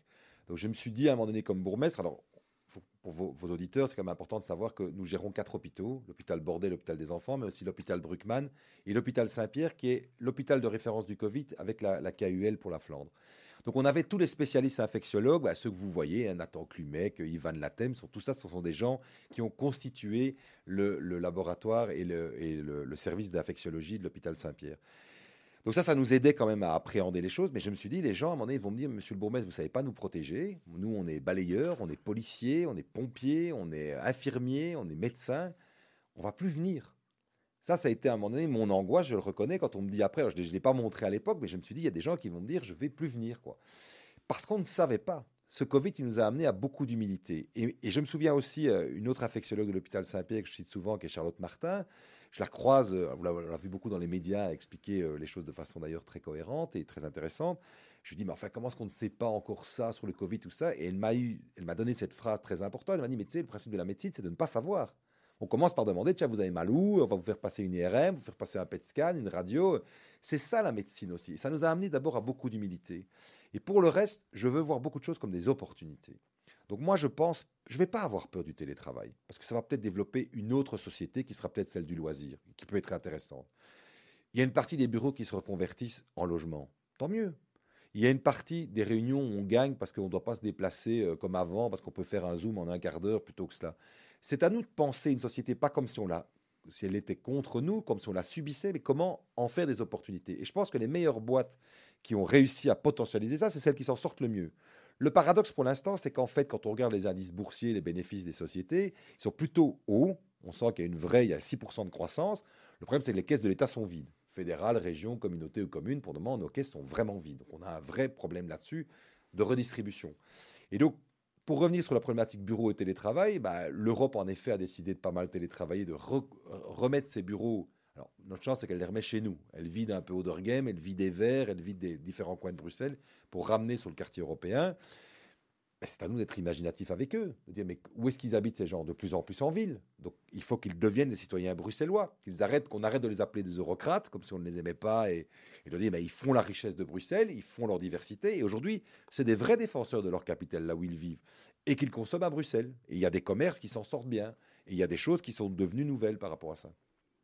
Donc je me suis dit à un moment donné comme bourgmestre, alors faut- pour vos, vos auditeurs, c'est quand même important de savoir que nous gérons quatre hôpitaux, l'hôpital Bordet, l'hôpital des enfants, mais aussi l'hôpital Bruckmann et l'hôpital Saint-Pierre, qui est l'hôpital de référence du Covid avec la, la K U L pour la Flandre. Donc on avait tous les spécialistes infectiologues, bah, ceux que vous voyez, hein, Nathan Clumec, Ivan Latem, sont, tout ça, ce sont des gens qui ont constitué le, le laboratoire et, le, et le, le service d'infectiologie de l'hôpital Saint-Pierre. Donc ça, ça nous aidait quand même à appréhender les choses, mais je me suis dit, les gens, à un moment donné, ils vont me dire, monsieur le bourgmestre, vous ne savez pas nous protéger. Nous, on est balayeurs, on est policiers, on est pompiers, on est infirmiers, on est médecins. On ne va plus venir. Ça, ça a été à un moment donné mon angoisse, je le reconnais, quand on me dit après, alors je ne l'ai pas montré à l'époque, mais je me suis dit, il y a des gens qui vont me dire, je ne vais plus venir, quoi. Parce qu'on ne savait pas. Ce Covid, il nous a amené à beaucoup d'humilité. Et, et je me souviens aussi, euh, une autre infectiologue de l'hôpital Saint-Pierre que je cite souvent, qui est Charlotte Martin. Je la croise, euh, vous l'avez, on l'a vu beaucoup dans les médias, expliquer euh, les choses de façon d'ailleurs très cohérente et très intéressante. Je lui dis, mais enfin, comment est-ce qu'on ne sait pas encore ça sur le Covid, tout ça? Et elle m'a, eu, elle m'a donné cette phrase très importante. Elle m'a dit, mais tu sais, le principe de la médecine, c'est de ne pas savoir. On commence par demander, tiens, vous avez mal où? On va vous faire passer une I R M, vous faire passer un P E T scan, une radio. C'est ça la médecine aussi. Et ça nous a amené d'abord à beaucoup d'humilité. Et pour le reste, je veux voir beaucoup de choses comme des opportunités. Donc moi, je pense, je ne vais pas avoir peur du télétravail, parce que ça va peut-être développer une autre société qui sera peut-être celle du loisir, qui peut être intéressante. Il y a une partie des bureaux qui se reconvertissent en logement. Tant mieux. Il y a une partie des réunions où on gagne parce qu'on ne doit pas se déplacer euh, comme avant, parce qu'on peut faire un Zoom en un quart d'heure plutôt que cela. C'est à nous de penser une société, pas comme si, on la, si elle était contre nous, comme si on la subissait, mais comment en faire des opportunités. Et je pense que les meilleures boîtes qui ont réussi à potentialiser ça, c'est celles qui s'en sortent le mieux. Le paradoxe pour l'instant, c'est qu'en fait, quand on regarde les indices boursiers, les bénéfices des sociétés, ils sont plutôt hauts. On sent qu'il y a une vraie, il y a six pour cent de croissance. Le problème, c'est que les caisses de l'État sont vides. Fédérales, régions, communautés ou communes, pour le moment, nos caisses sont vraiment vides. Donc on a un vrai problème là-dessus de redistribution. Et donc, pour revenir sur la problématique bureau et télétravail, bah, l'Europe, en effet, a décidé de pas mal télétravailler, de re- remettre ses bureaux. Alors, notre chance, c'est qu'elle les remet chez nous. Elle vide un peu Oudergem, elle vide des verts, elle vide des différents coins de Bruxelles pour ramener sur le quartier européen. Mais c'est à nous d'être imaginatifs avec eux, de dire, mais où est-ce qu'ils habitent, ces gens? De plus en plus en ville. Donc, il faut qu'ils deviennent des citoyens bruxellois, qu'ils arrêtent, qu'on arrête de les appeler des eurocrates, comme si on ne les aimait pas, et, et de dire, mais ils font la richesse de Bruxelles, ils font leur diversité, et aujourd'hui, c'est des vrais défenseurs de leur capitale, là où ils vivent, et qu'ils consomment à Bruxelles. Et il y a des commerces qui s'en sortent bien, et il y a des choses qui sont devenues nouvelles par rapport à ça.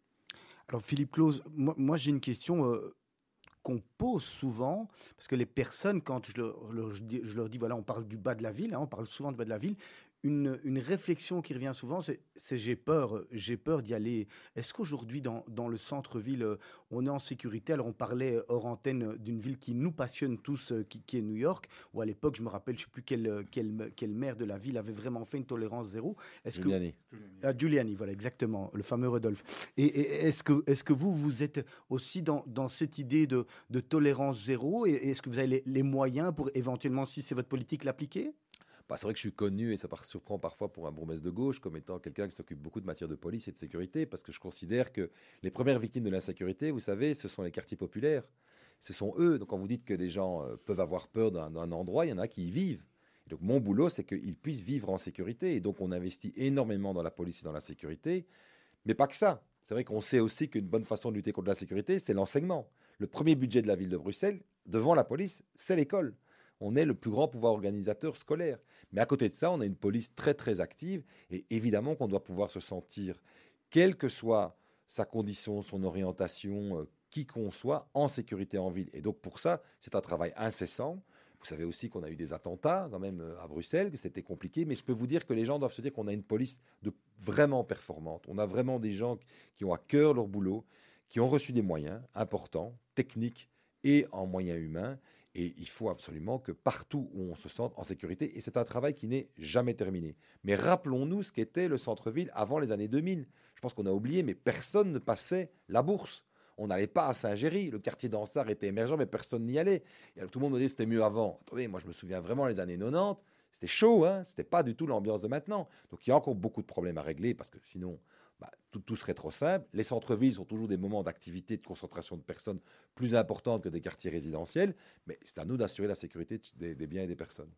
Alors Philippe Claus, moi, moi j'ai une question euh, qu'on pose souvent, parce que les personnes, quand je leur, leur- je dis, je leur dis, voilà, on parle du bas de la ville, hein, on parle souvent du bas de la ville, une, une réflexion qui revient souvent, c'est, c'est j'ai peur, euh, j'ai peur d'y aller. Est-ce qu'aujourd'hui, dans, dans le centre-ville, euh, on est en sécurité? Alors on parlait euh, hors antenne euh, d'une ville qui nous passionne tous, euh, qui, qui est New York, où à l'époque, je me rappelle, je ne sais plus quel, euh, quel, quel maire de la ville avait vraiment fait une tolérance zéro. Est-ce que, Giuliani. ah, Giuliani, voilà, exactement, le fameux Rodolphe. Et, et est-ce que, est-ce que vous, vous êtes aussi dans, dans cette idée de, de tolérance zéro? Et est-ce que vous avez les, les moyens pour éventuellement, si c'est votre politique, l'appliquer? Bah, c'est vrai que je suis connu, et ça par- surprend parfois pour un bourgmestre de gauche, comme étant quelqu'un qui s'occupe beaucoup de matière de police et de sécurité, parce que je considère que les premières victimes de l'insécurité, vous savez, ce sont les quartiers populaires. Ce sont eux. Donc quand vous dites que les gens euh, peuvent avoir peur d'un, d'un endroit, il y en a qui y vivent. Et donc mon boulot, c'est qu'ils puissent vivre en sécurité. Et donc on investit énormément dans la police et dans la sécurité, mais pas que ça. C'est vrai qu'on sait aussi qu'une bonne façon de lutter contre la sécurité, c'est l'enseignement. Le premier budget de la ville de Bruxelles, devant la police, c'est l'école. On est le plus grand pouvoir organisateur scolaire. Mais à côté de ça, on a une police très très active, et évidemment qu'on doit pouvoir se sentir, quelle que soit sa condition, son orientation, euh, qui qu'on soit, en sécurité en ville. Et donc pour ça, c'est un travail incessant. Vous savez aussi qu'on a eu des attentats quand même euh, à Bruxelles, que c'était compliqué, mais je peux vous dire que les gens doivent se dire qu'on a une police de vraiment performante. On a vraiment des gens qui ont à cœur leur boulot, qui ont reçu des moyens importants, techniques et en moyens humains. Et il faut absolument que partout où on se sente en sécurité, et c'est un travail qui n'est jamais terminé. Mais rappelons-nous ce qu'était le centre-ville avant les années deux mille. Je pense qu'on a oublié, mais personne ne passait la Bourse. On n'allait pas à Saint-Géry. Le quartier d'Ansart était émergent, mais personne n'y allait. Et alors, tout le monde me disait que c'était mieux avant. Attendez, moi je me souviens vraiment les années quatre-vingt-dix. C'était chaud, hein, c'était pas du tout l'ambiance de maintenant. Donc il y a encore beaucoup de problèmes à régler, parce que sinon, bah, tout, tout serait trop simple. Les centres-villes sont toujours des moments d'activité, de concentration de personnes plus importantes que des quartiers résidentiels, mais c'est à nous d'assurer la sécurité des, des biens et des personnes.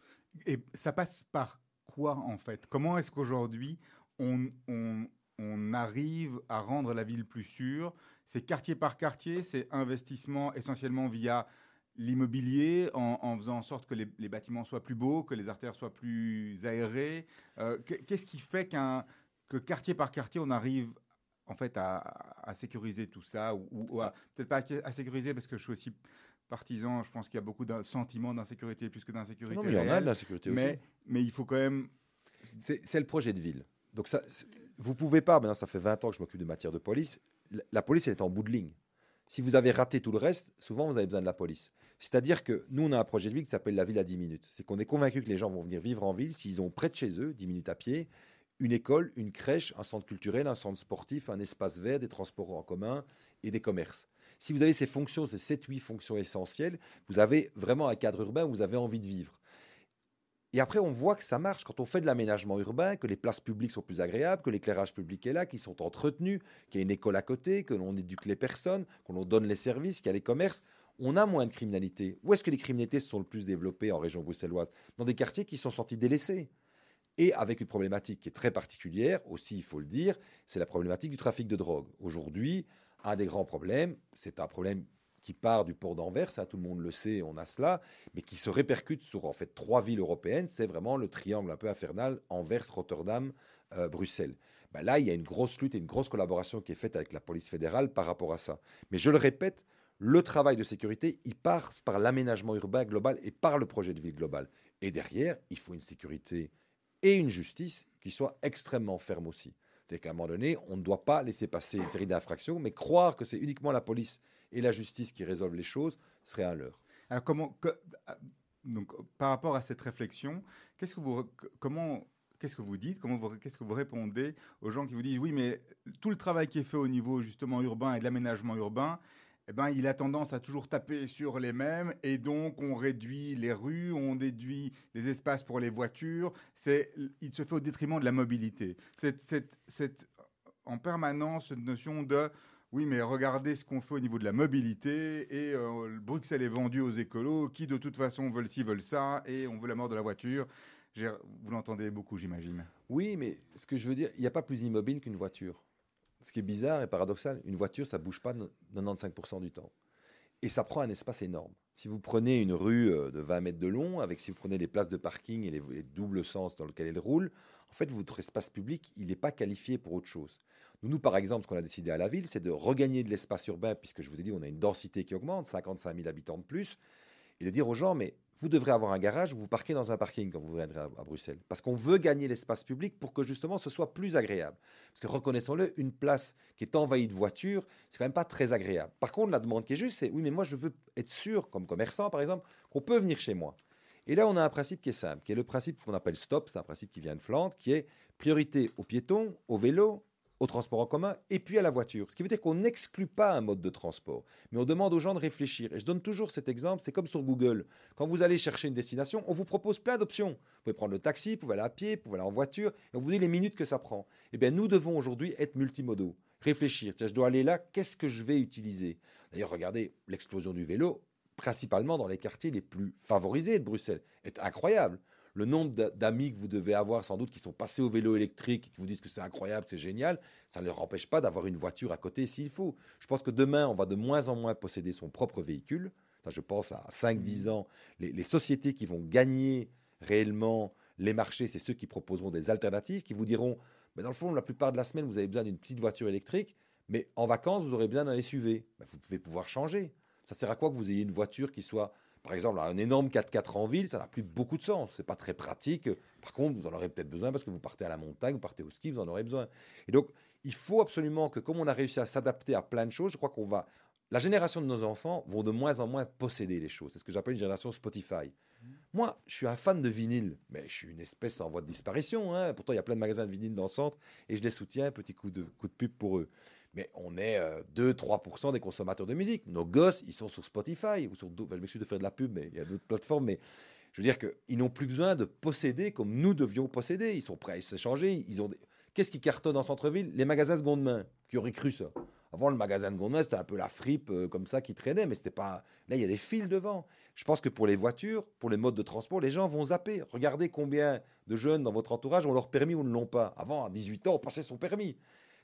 Et ça passe par quoi, en fait? Comment est-ce qu'aujourd'hui, on, on, on arrive à rendre la ville plus sûre? C'est quartier par quartier, c'est investissement essentiellement via l'immobilier en, en faisant en sorte que les, les bâtiments soient plus beaux, que les artères soient plus aérées. Euh, qu'est-ce qui fait qu'un, que quartier par quartier, on arrive en fait à, à sécuriser tout ça, ou, ou à, peut-être pas à, à sécuriser, parce que je suis aussi partisan, je pense qu'il y a beaucoup de sentiments d'insécurité plus que d'insécurité. Non, mais il y en a de l'insécurité aussi. Mais, mais il faut quand même... C'est, c'est le projet de ville. Donc ça, vous ne pouvez pas, maintenant ça fait vingt ans que je m'occupe de matière de police, la, la police elle est en bout de ligne. Si vous avez raté tout le reste, souvent vous avez besoin de la police. C'est-à-dire que nous, on a un projet de ville qui s'appelle la ville à dix minutes. C'est qu'on est convaincu que les gens vont venir vivre en ville s'ils ont près de chez eux, dix minutes à pied, une école, une crèche, un centre culturel, un centre sportif, un espace vert, des transports en commun et des commerces. Si vous avez ces fonctions, ces sept huit fonctions essentielles, vous avez vraiment un cadre urbain où vous avez envie de vivre. Et après, on voit que ça marche quand on fait de l'aménagement urbain, que les places publiques sont plus agréables, que l'éclairage public est là, qu'ils sont entretenus, qu'il y a une école à côté, que l'on éduque les personnes, qu'on leur donne les services, qu'il y a les commerces. On a moins de criminalité. Où est-ce que les criminalités se sont le plus développées en région bruxelloise ? Dans des quartiers qui sont sentis délaissés. Et avec une problématique qui est très particulière, aussi il faut le dire, c'est la problématique du trafic de drogue. Aujourd'hui, un des grands problèmes, c'est un problème qui part du port d'Anvers, ça, tout le monde le sait, on a cela, mais qui se répercute sur en fait trois villes européennes, c'est vraiment le triangle un peu infernal, Anvers, Rotterdam, euh, Bruxelles. Ben là, il y a une grosse lutte et une grosse collaboration qui est faite avec la police fédérale par rapport à ça. Mais je le répète, le travail de sécurité, il passe par l'aménagement urbain global et par le projet de ville global. Et derrière, il faut une sécurité et une justice qui soit extrêmement ferme aussi. C'est-à-dire qu'à un moment donné, on ne doit pas laisser passer une série d'infractions, mais croire que c'est uniquement la police et la justice qui résolvent les choses serait un leurre. Alors comment, que, donc, par rapport à cette réflexion, qu'est-ce que vous, comment, qu'est-ce que vous dites, comment vous, qu'est-ce que vous répondez aux gens qui vous disent oui, mais tout le travail qui est fait au niveau justement urbain et de l'aménagement urbain, eh ben, il a tendance à toujours taper sur les mêmes et donc on réduit les rues, on réduit les espaces pour les voitures. C'est, il se fait au détriment de la mobilité. Cette, cette, cette, en permanence, cette notion de oui, mais regardez ce qu'on fait au niveau de la mobilité et euh, Bruxelles est vendu aux écolos qui de toute façon veulent ci, veulent ça et on veut la mort de la voiture. J'ai, vous l'entendez beaucoup, j'imagine. Oui, mais ce que je veux dire, il n'y a pas plus immobile qu'une voiture. Ce qui est bizarre et paradoxal, une voiture, ça ne bouge pas quatre-vingt-quinze pour cent du temps. Et ça prend un espace énorme. Si vous prenez une rue de vingt mètres de long, avec si vous prenez les places de parking et les, les doubles sens dans lesquels elle roule, en fait, votre espace public, il n'est pas qualifié pour autre chose. Nous, nous, par exemple, ce qu'on a décidé à la ville, c'est de regagner de l'espace urbain, puisque je vous ai dit, on a une densité qui augmente, cinquante-cinq mille habitants de plus, et de dire aux gens, mais vous devrez avoir un garage où vous parquez dans un parking quand vous viendrez à, à Bruxelles. Parce qu'on veut gagner l'espace public pour que justement ce soit plus agréable. Parce que reconnaissons-le, une place qui est envahie de voitures, c'est quand même pas très agréable. Par contre, la demande qui est juste, c'est oui, mais moi je veux être sûr, comme commerçant par exemple, qu'on peut venir chez moi. Et là, on a un principe qui est simple, qui est le principe qu'on appelle STOP, c'est un principe qui vient de Flandre, qui est priorité aux piétons, aux vélos, au transport en commun et puis à la voiture. Ce qui veut dire qu'on n'exclut pas un mode de transport, mais on demande aux gens de réfléchir. Et je donne toujours cet exemple, c'est comme sur Google. Quand vous allez chercher une destination, on vous propose plein d'options. Vous pouvez prendre le taxi, vous pouvez aller à pied, vous pouvez aller en voiture, et on vous dit les minutes que ça prend. Eh bien, nous devons aujourd'hui être multimodaux. Réfléchir. Tiens, je dois aller là, qu'est-ce que je vais utiliser ? D'ailleurs, regardez, l'explosion du vélo, principalement dans les quartiers les plus favorisés de Bruxelles, est incroyable. Le nombre d'amis que vous devez avoir, sans doute, qui sont passés au vélo électrique et qui vous disent que c'est incroyable, c'est génial, ça ne leur empêche pas d'avoir une voiture à côté s'il faut. Je pense que demain, on va de moins en moins posséder son propre véhicule. Ça, je pense à cinq dix ans, les, les sociétés qui vont gagner réellement les marchés, c'est ceux qui proposeront des alternatives, qui vous diront, mais dans le fond, la plupart de la semaine, vous avez besoin d'une petite voiture électrique, mais en vacances, vous aurez besoin d'un S U V. Ben, vous pouvez pouvoir changer. Ça sert à quoi que vous ayez une voiture qui soit... Par exemple, un énorme quatre quatre en ville, ça n'a plus beaucoup de sens. Ce n'est pas très pratique. Par contre, vous en aurez peut-être besoin parce que vous partez à la montagne, vous partez au ski, vous en aurez besoin. Et donc, il faut absolument que, comme on a réussi à s'adapter à plein de choses, je crois qu'on va... La génération de nos enfants vont de moins en moins posséder les choses. C'est ce que j'appelle une génération Spotify. Mmh. Moi, je suis un fan de vinyle, mais je suis une espèce en voie de disparition. Hein. Pourtant, il y a plein de magasins de vinyle dans le centre et je les soutiens. Petit coup de, coup de pub pour eux. Mais on est euh, deux à trois pour cent des consommateurs de musique. Nos gosses, ils sont sur Spotify ou sur d'autres. Enfin, je m'excuse de faire de la pub, mais il y a d'autres plateformes. Mais je veux dire qu'ils n'ont plus besoin de posséder comme nous devions posséder. Ils sont prêts à s'échanger. Ils ont des... Qu'est-ce qui cartonne en centre-ville ? Les magasins seconde main. Qui aurait cru ça ? Avant, le magasin de seconde main, c'était un peu la fripe euh, comme ça qui traînait, mais c'était pas... Là, il y a des fils devant. Je pense que pour les voitures, pour les modes de transport, les gens vont zapper. Regardez combien de jeunes dans votre entourage ont leur permis ou ne l'ont pas. Avant, à dix-huit ans, on passait son permis.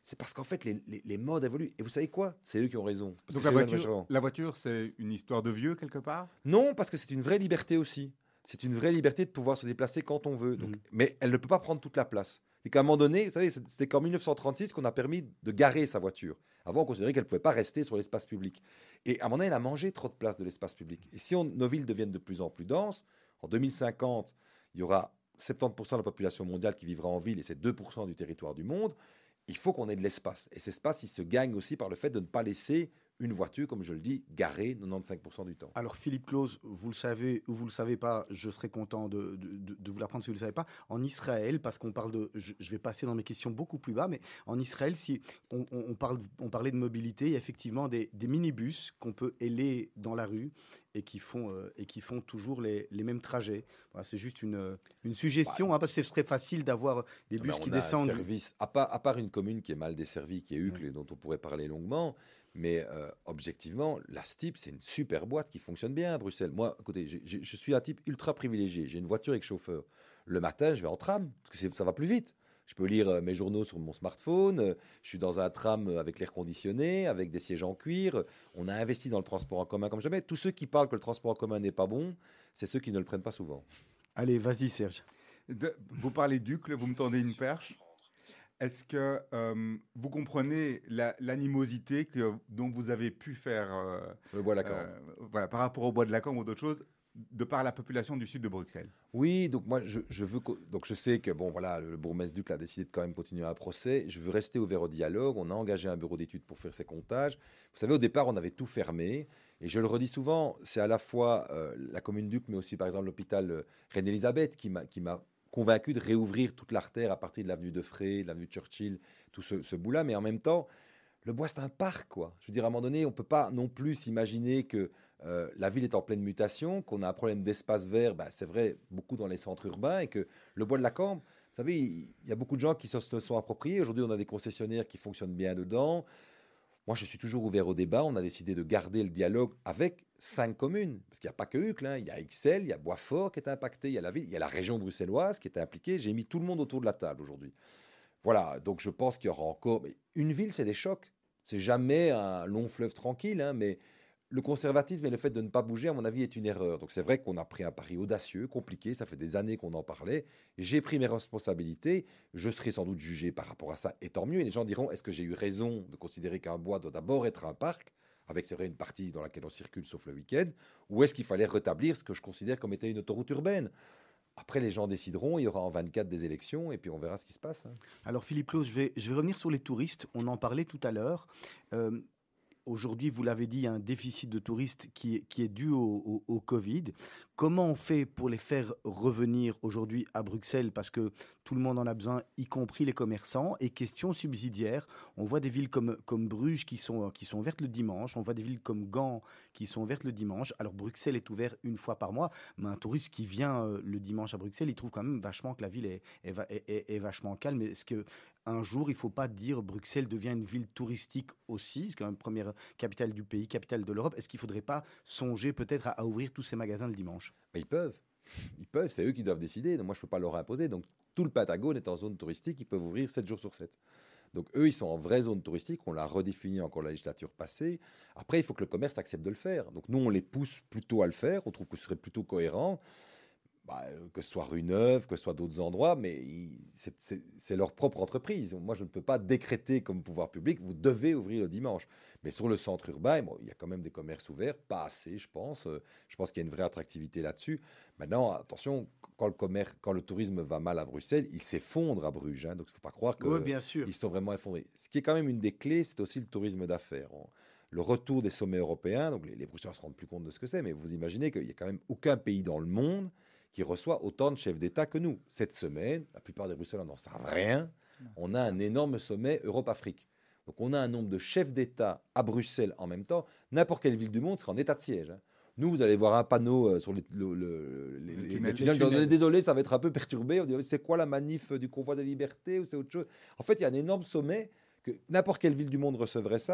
C'est parce qu'en fait, les, les, les modes évoluent. Et vous savez quoi? C'est eux qui ont raison. Parce Donc que la c'est eux le voiture, méchant. la voiture, c'est une histoire de vieux quelque part? Non, parce que c'est une vraie liberté aussi. C'est une vraie liberté de pouvoir se déplacer quand on veut. Donc, Mhm. mais elle ne peut pas prendre toute la place. Et qu'à un moment donné, vous savez, c'est- c'était qu'en mille neuf cent trente-six qu'on a permis de garer sa voiture. Avant, on considérait qu'elle ne pouvait pas rester sur l'espace public. Et à un moment donné, elle a mangé trop de place de l'espace public. Et si on- nos villes deviennent de plus en plus denses, en deux mille cinquante, il y aura soixante-dix pour cent de la population mondiale qui vivra en ville et c'est deux pour cent du territoire du monde. Il faut qu'on ait de l'espace. Et cet espace, il se gagne aussi par le fait de ne pas laisser une voiture, comme je le dis, garée quatre-vingt-quinze pour cent du temps. Alors Philippe Claus, vous le savez ou vous le savez pas, je serais content de, de, de- de vous l'apprendre si vous le savez pas. En Israël, parce qu'on parle de, je, je vais passer dans mes questions beaucoup plus bas, mais en Israël, si on, on- on parle, on parlait de mobilité, il y a effectivement des, des minibus qu'on peut héler dans la rue et qui font euh, et qui font toujours les, les mêmes trajets. Voilà, c'est juste une, euh, une suggestion, hein, parce que ce serait facile d'avoir des Non, bus mais qui on a descendent. un service, à part, à part une commune qui est mal desservie, qui est Uccle, et dont on pourrait parler longuement, mais euh, objectivement, la Stip, c'est une super boîte qui fonctionne bien à Bruxelles. Moi, écoutez, j'ai- j'ai- je suis un type ultra privilégié. J'ai une voiture avec chauffeur. Le matin, je vais en tram, parce que c'est- ça va plus vite. Je peux lire euh, mes journaux sur mon smartphone. euh, Je suis dans un tram euh, avec l'air conditionné, avec des sièges en cuir. On a investi dans le transport en commun comme jamais. Tous ceux qui parlent que le transport en commun n'est pas bon, c'est ceux qui ne le prennent pas souvent. Allez, vas-y Serge. De- vous parlez d'Uccle, vous me tendez une perche. Est-ce que euh, vous comprenez la- l'animosité que, dont vous avez pu faire euh, Le bois d'accord. euh, voilà, par rapport au bois de la Cambre ou d'autres choses, de par la population du sud de Bruxelles? Oui, donc moi je, je veux qu'au- donc je sais que bon voilà le bourgmestre Duc a décidé de quand même continuer un procès. Je veux rester ouvert au dialogue. On a engagé un bureau d'études pour faire ces comptages. Vous savez, au départ on avait tout fermé et je le redis souvent, c'est à la fois euh, la commune Duc mais aussi par exemple l'hôpital euh, Reine-Élisabeth qui m'a qui m'a convaincu de réouvrir toute l'artère à partir de l'avenue de Frey, de l'avenue de Churchill, tout ce, ce bout-là. Mais en même temps, le bois c'est un parc quoi. Je veux dire à un moment donné on peut pas non plus s'imaginer que euh, la ville est en pleine mutation, qu'on a un problème d'espace vert, bah, c'est vrai, beaucoup dans les centres urbains, et que le bois de la Cambre, vous savez, il, il y a beaucoup de gens qui se se sont appropriés. Aujourd'hui, on a des concessionnaires qui fonctionnent bien dedans. Moi, je suis toujours ouvert au débat. On a décidé de garder le dialogue avec cinq communes, parce qu'il n'y a pas que Uccle, hein. Il y a Ixelles, il y a Boisfort qui est impacté, il y a la ville, il y a la région bruxelloise qui est impliquée. J'ai mis tout le monde autour de la table aujourd'hui. Voilà, donc je pense qu'il y aura encore... mais une ville, c'est des chocs. C'est jamais un long fleuve tranquille, hein, mais le conservatisme et le fait de ne pas bouger, à mon avis, est une erreur. Donc c'est vrai qu'on a pris un pari audacieux, compliqué, ça fait des années qu'on en parlait. J'ai pris mes responsabilités, je serai sans doute jugé par rapport à ça, et tant mieux. Et les gens diront, est-ce que j'ai eu raison de considérer qu'un bois doit d'abord être un parc, avec c'est vrai une partie dans laquelle on circule sauf le week-end, ou est-ce qu'il fallait rétablir ce que je considère comme étant une autoroute urbaine? Après, les gens décideront, il y aura en vingt-quatre des élections, et puis on verra ce qui se passe, hein. Alors Philippe Claus, je vais, je vais revenir sur les touristes. On en parlait tout à l'heure. Euh, Aujourd'hui, vous l'avez dit, il y a un déficit de touristes qui, est- qui est dû au, au- au Covid. Comment on fait pour les faire revenir aujourd'hui à Bruxelles? Parce que tout le monde en a besoin, y compris les commerçants. Et question subsidiaire, on voit des villes comme, comme Bruges qui sont, qui sont ouvertes le dimanche. On voit des villes comme Gand qui sont ouvertes le dimanche. Alors Bruxelles est ouvert une fois par mois. Mais un touriste qui vient euh, le dimanche à Bruxelles, il trouve quand même vachement que la ville est, est, va- est- est- est vachement calme. Est-ce que un jour, il ne faut pas dire Bruxelles devient une ville touristique aussi, c'est quand même première capitale du pays, capitale de l'Europe. Est-ce qu'il ne faudrait pas songer peut-être à, à ouvrir tous ces magasins le dimanche? Mais ils peuvent. Ils peuvent, c'est eux qui doivent décider. Donc moi, je ne peux pas leur imposer. Donc tout le Patagone est en zone touristique, ils peuvent ouvrir sept jours sur sept. Donc eux, ils sont en vraie zone touristique, on l'a redéfini encore la législature passée. Après, il faut que le commerce accepte de le faire. Donc nous, on les pousse plutôt à le faire, on trouve que ce serait plutôt cohérent. Bah, euh, que ce soit Rue Neuve, que ce soit d'autres endroits, mais ils- c'est- c'est c'est leur propre entreprise. Moi, je ne peux pas décréter comme pouvoir public, vous devez ouvrir le dimanche. Mais sur le centre urbain, bon, il y a quand même des commerces ouverts, pas assez, je pense. Euh, Je pense qu'il y a une vraie attractivité là-dessus. Maintenant, attention, quand le, commerce, quand le tourisme va mal à Bruxelles, il s'effondre à Bruges, hein. Donc il ne faut pas croire que Oui, bien sûr. ils sont vraiment effondrés. Ce qui est quand même une des clés, c'est aussi le tourisme d'affaires. On- Le retour des sommets européens, donc les, les Bruxellois ne se rendent plus compte de ce que c'est, mais vous imaginez qu'il n'y a quand même aucun pays dans le monde qui reçoit autant de chefs d'État que nous. Cette semaine, la plupart des Bruxellois n'en savent rien, on a un énorme sommet Europe-Afrique. Donc on a un nombre de chefs d'État à Bruxelles en même temps. N'importe quelle ville du monde sera en état de siège, hein. Nous, vous allez voir un panneau euh, sur les, le- le- les, Les les- tunnels. les tunnels. Les tunnels. Désolé, ça va être un peu perturbé. On dit, c'est quoi la manif du convoi de liberté ou c'est autre chose? En fait, il y a un énorme sommet que n'importe quelle ville du monde recevrait ça.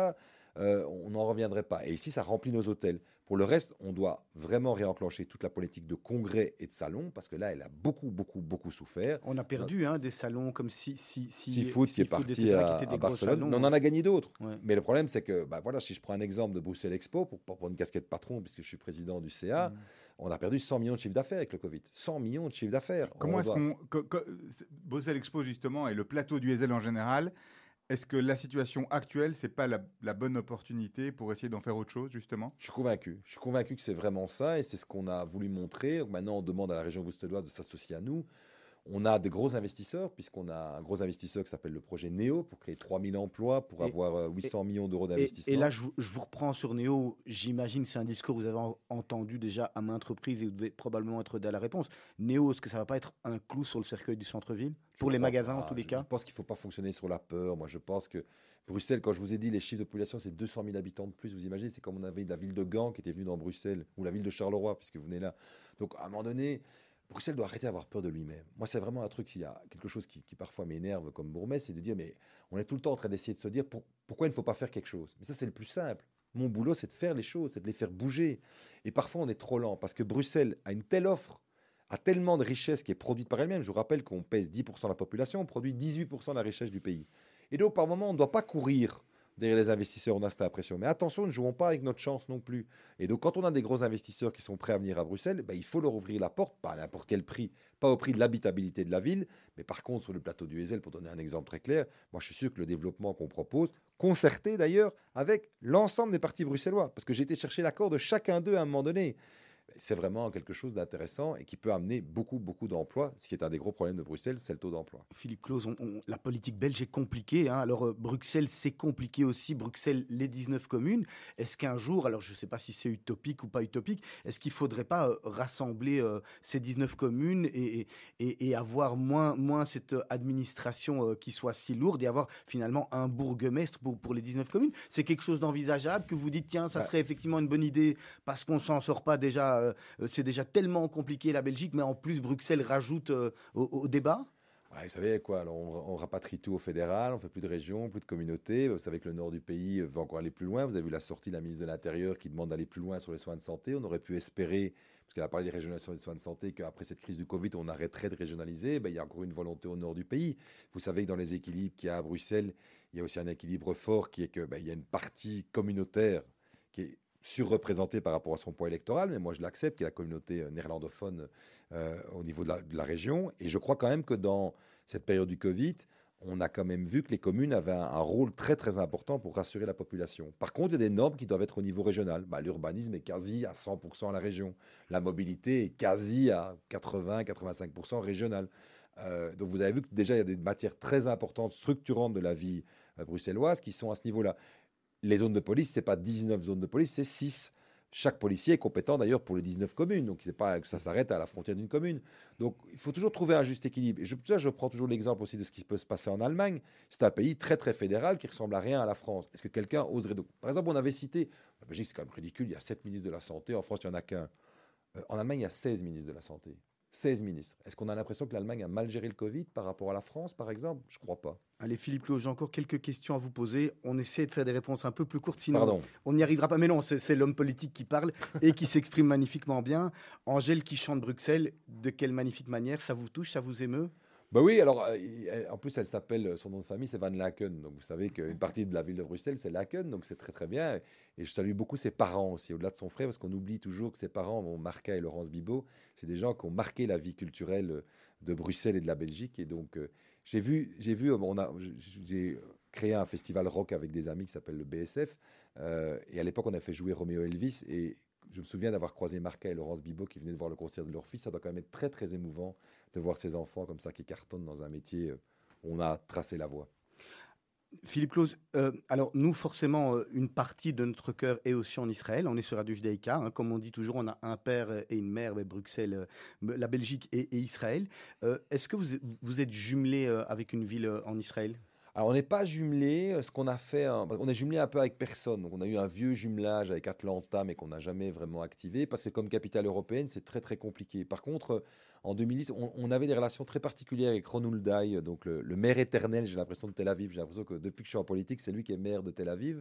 euh, on n'en reviendrait pas. Et ici, ça remplit nos hôtels. Pour le reste, on doit vraiment réenclencher toute la politique de congrès et de salons, parce que là, elle a beaucoup, beaucoup, beaucoup souffert. On a perdu hein, des salons comme si... si, si Seafood qui est parti et cetera, à, qui étaient des à gros Barcelone, salons, mais on en a gagné d'autres. Ouais. Mais le problème, c'est que, bah, voilà, si je prends un exemple de Bruxelles Expo, pour, pour prendre une casquette patron, puisque je suis président du C A, mmh. on a perdu cent millions de chiffre d'affaires avec le Covid. cent millions de chiffre d'affaires. Comment on est-ce doit... qu'on... Que, que, Bruxelles Expo, justement, et le plateau du Heysel en général, est-ce que la situation actuelle, ce n'est pas la, la bonne opportunité pour essayer d'en faire autre chose, justement ? Je suis convaincu. Je suis convaincu que c'est vraiment ça et c'est ce qu'on a voulu montrer. Donc maintenant, on demande à la région bruxelloise de s'associer à nous. On a des gros investisseurs, puisqu'on a un gros investisseur qui s'appelle le projet Néo pour créer trois mille emplois, pour et, avoir huit cents et, millions d'euros d'investissement. Et, et là, je vous, je vous reprends sur Néo. J'imagine que c'est un discours que vous avez en, entendu déjà à maintes reprises et vous devez probablement être à la réponse. Néo, est-ce que ça ne va pas être un clou sur le cercueil du centre-ville pour je les magasins pas, en tous les je, cas ? Je pense qu'il ne faut pas fonctionner sur la peur. Moi, je pense que Bruxelles, quand je vous ai dit les chiffres de population, c'est deux cent mille habitants de plus. Vous imaginez, c'est comme on avait la ville de Gand qui était venue dans Bruxelles, ou la ville de Charleroi, puisque vous venez là. Donc, à un moment donné... Bruxelles doit arrêter d'avoir peur de lui-même. Moi, c'est vraiment un truc, il y a quelque chose qui, qui parfois m'énerve comme bourgmestre, c'est de dire, mais on est tout le temps en train d'essayer de se dire pour, pourquoi il ne faut pas faire quelque chose. Mais ça, c'est le plus simple. Mon boulot, c'est de faire les choses, c'est de les faire bouger. Et parfois, on est trop lent parce que Bruxelles a une telle offre, a tellement de richesse qui est produite par elle-même. Je vous rappelle qu'on pèse dix pour cent de la population, on produit dix-huit pour cent de la richesse du pays. Et donc, par moment, on ne doit pas courir derrière les investisseurs, on a cette impression. Mais attention, ne jouons pas avec notre chance non plus. Et donc, quand on a des gros investisseurs qui sont prêts à venir à Bruxelles, ben, il faut leur ouvrir la porte, pas à n'importe quel prix, pas au prix de l'habitabilité de la ville, mais par contre, sur le plateau du Heysel, pour donner un exemple très clair, moi, je suis sûr que le développement qu'on propose, concerté d'ailleurs avec l'ensemble des partis bruxellois, parce que j'ai été chercher l'accord de chacun d'eux à un moment donné, c'est vraiment quelque chose d'intéressant et qui peut amener beaucoup, beaucoup d'emplois. Ce qui est un des gros problèmes de Bruxelles, c'est le taux d'emploi. Philippe Claus, on, on, la politique belge est compliquée. Hein. Alors, euh, Bruxelles, c'est compliqué aussi. Bruxelles, les dix-neuf communes. Est-ce qu'un jour, alors je ne sais pas si c'est utopique ou pas utopique, est-ce qu'il ne faudrait pas euh, rassembler euh, ces dix-neuf communes et, et, et avoir moins, moins cette administration euh, qui soit si lourde et avoir finalement un bourgmestre pour, pour les dix-neuf communes ? C'est quelque chose d'envisageable que vous dites, tiens, ça serait effectivement une bonne idée parce qu'on ne s'en sort pas déjà. Euh, c'est déjà tellement compliqué la Belgique, mais en plus Bruxelles rajoute euh, au, au débat. Ouais, vous savez quoi, alors on, on rapatrie tout au fédéral, on fait plus de régions, plus de communautés. Vous savez que le nord du pays veut encore aller plus loin. Vous avez vu la sortie de la ministre de l'Intérieur qui demande d'aller plus loin sur les soins de santé. On aurait pu espérer, parce qu'elle a parlé des régionalisations des soins de santé, qu'après cette crise du Covid, on arrêterait de régionaliser. Ben, il y a encore une volonté au nord du pays. Vous savez que dans les équilibres qu'il y a à Bruxelles, il y a aussi un équilibre fort qui est qu'il ben, y a une partie communautaire qui est surreprésentée par rapport à son poids électoral, mais moi je l'accepte, qui est la communauté néerlandophone euh, au niveau de la, de la région. Et je crois quand même que dans cette période du Covid, on a quand même vu que les communes avaient un, un rôle très très important pour rassurer la population. Par contre, il y a des normes qui doivent être au niveau régional. Bah, l'urbanisme est quasi à cent pour cent à la région. La mobilité est quasi à quatre-vingts à quatre-vingt-cinq pour cent régionale. Euh, donc vous avez vu que déjà il y a des matières très importantes, structurantes de la vie euh, bruxelloise qui sont à ce niveau-là. Les zones de police, ce n'est pas dix-neuf zones de police, c'est six. Chaque policier est compétent d'ailleurs pour les dix-neuf communes, donc ce n'est pas que ça s'arrête à la frontière d'une commune. Donc il faut toujours trouver un juste équilibre. Et je, je prends toujours l'exemple aussi de ce qui peut se passer en Allemagne. C'est un pays très très fédéral qui ressemble à rien à la France. Est-ce que quelqu'un oserait... Donc, par exemple, on avait cité, la Belgique c'est quand même ridicule, il y a sept ministres de la Santé, en France il n'y en a qu'un. Euh, en Allemagne il y a seize ministres de la Santé. seize ministres. Est-ce qu'on a l'impression que l'Allemagne a mal géré le Covid par rapport à la France, par exemple ? Je ne crois pas. Allez, Philippe Claus, j'ai encore quelques questions à vous poser. On essaie de faire des réponses un peu plus courtes, sinon Pardon. on n'y arrivera pas. Mais non, c'est, c'est l'homme politique qui parle et qui s'exprime magnifiquement bien. Angèle qui chante Bruxelles, de quelle magnifique manière ? Ça vous touche, ça vous émeut ? Bah oui, alors euh, en plus elle s'appelle, son nom de famille c'est Van Laken, donc vous savez qu'une partie de la ville de Bruxelles c'est Laken, donc c'est très très bien. Et je salue beaucoup ses parents aussi, au-delà de son frère, parce qu'on oublie toujours que ses parents, bon, Marca et Laurence Bibot, c'est des gens qui ont marqué la vie culturelle de Bruxelles et de la Belgique. Et donc euh, j'ai vu, j'ai vu, on a, j'ai créé un festival rock avec des amis qui s'appelle le B S F, euh, et à l'époque on a fait jouer Roméo Elvis, et je me souviens d'avoir croisé Marca et Laurence Bibot qui venaient de voir le concert de leur fils. Ça doit quand même être très très émouvant de voir ces enfants comme ça qui cartonnent dans un métier où on a tracé la voie. Philippe Claus, euh, alors nous forcément euh, une partie de notre cœur est aussi en Israël, on est sur Radio Judaïka, hein, comme on dit toujours, on a un père et une mère, mais Bruxelles, euh, la Belgique et, et Israël. Euh, est-ce que vous, vous êtes jumelé euh, avec une ville euh, en Israël ? Alors on n'est pas jumelé, ce qu'on a fait, on est jumelé un peu avec personne. Donc on a eu un vieux jumelage avec Atlanta, mais qu'on n'a jamais vraiment activé, parce que comme capitale européenne, c'est très très compliqué. Par contre, en deux mille dix, on, on avait des relations très particulières avec Ron Hulday, donc le, le maire éternel, j'ai l'impression, de Tel Aviv. J'ai l'impression que depuis que je suis en politique, c'est lui qui est maire de Tel Aviv.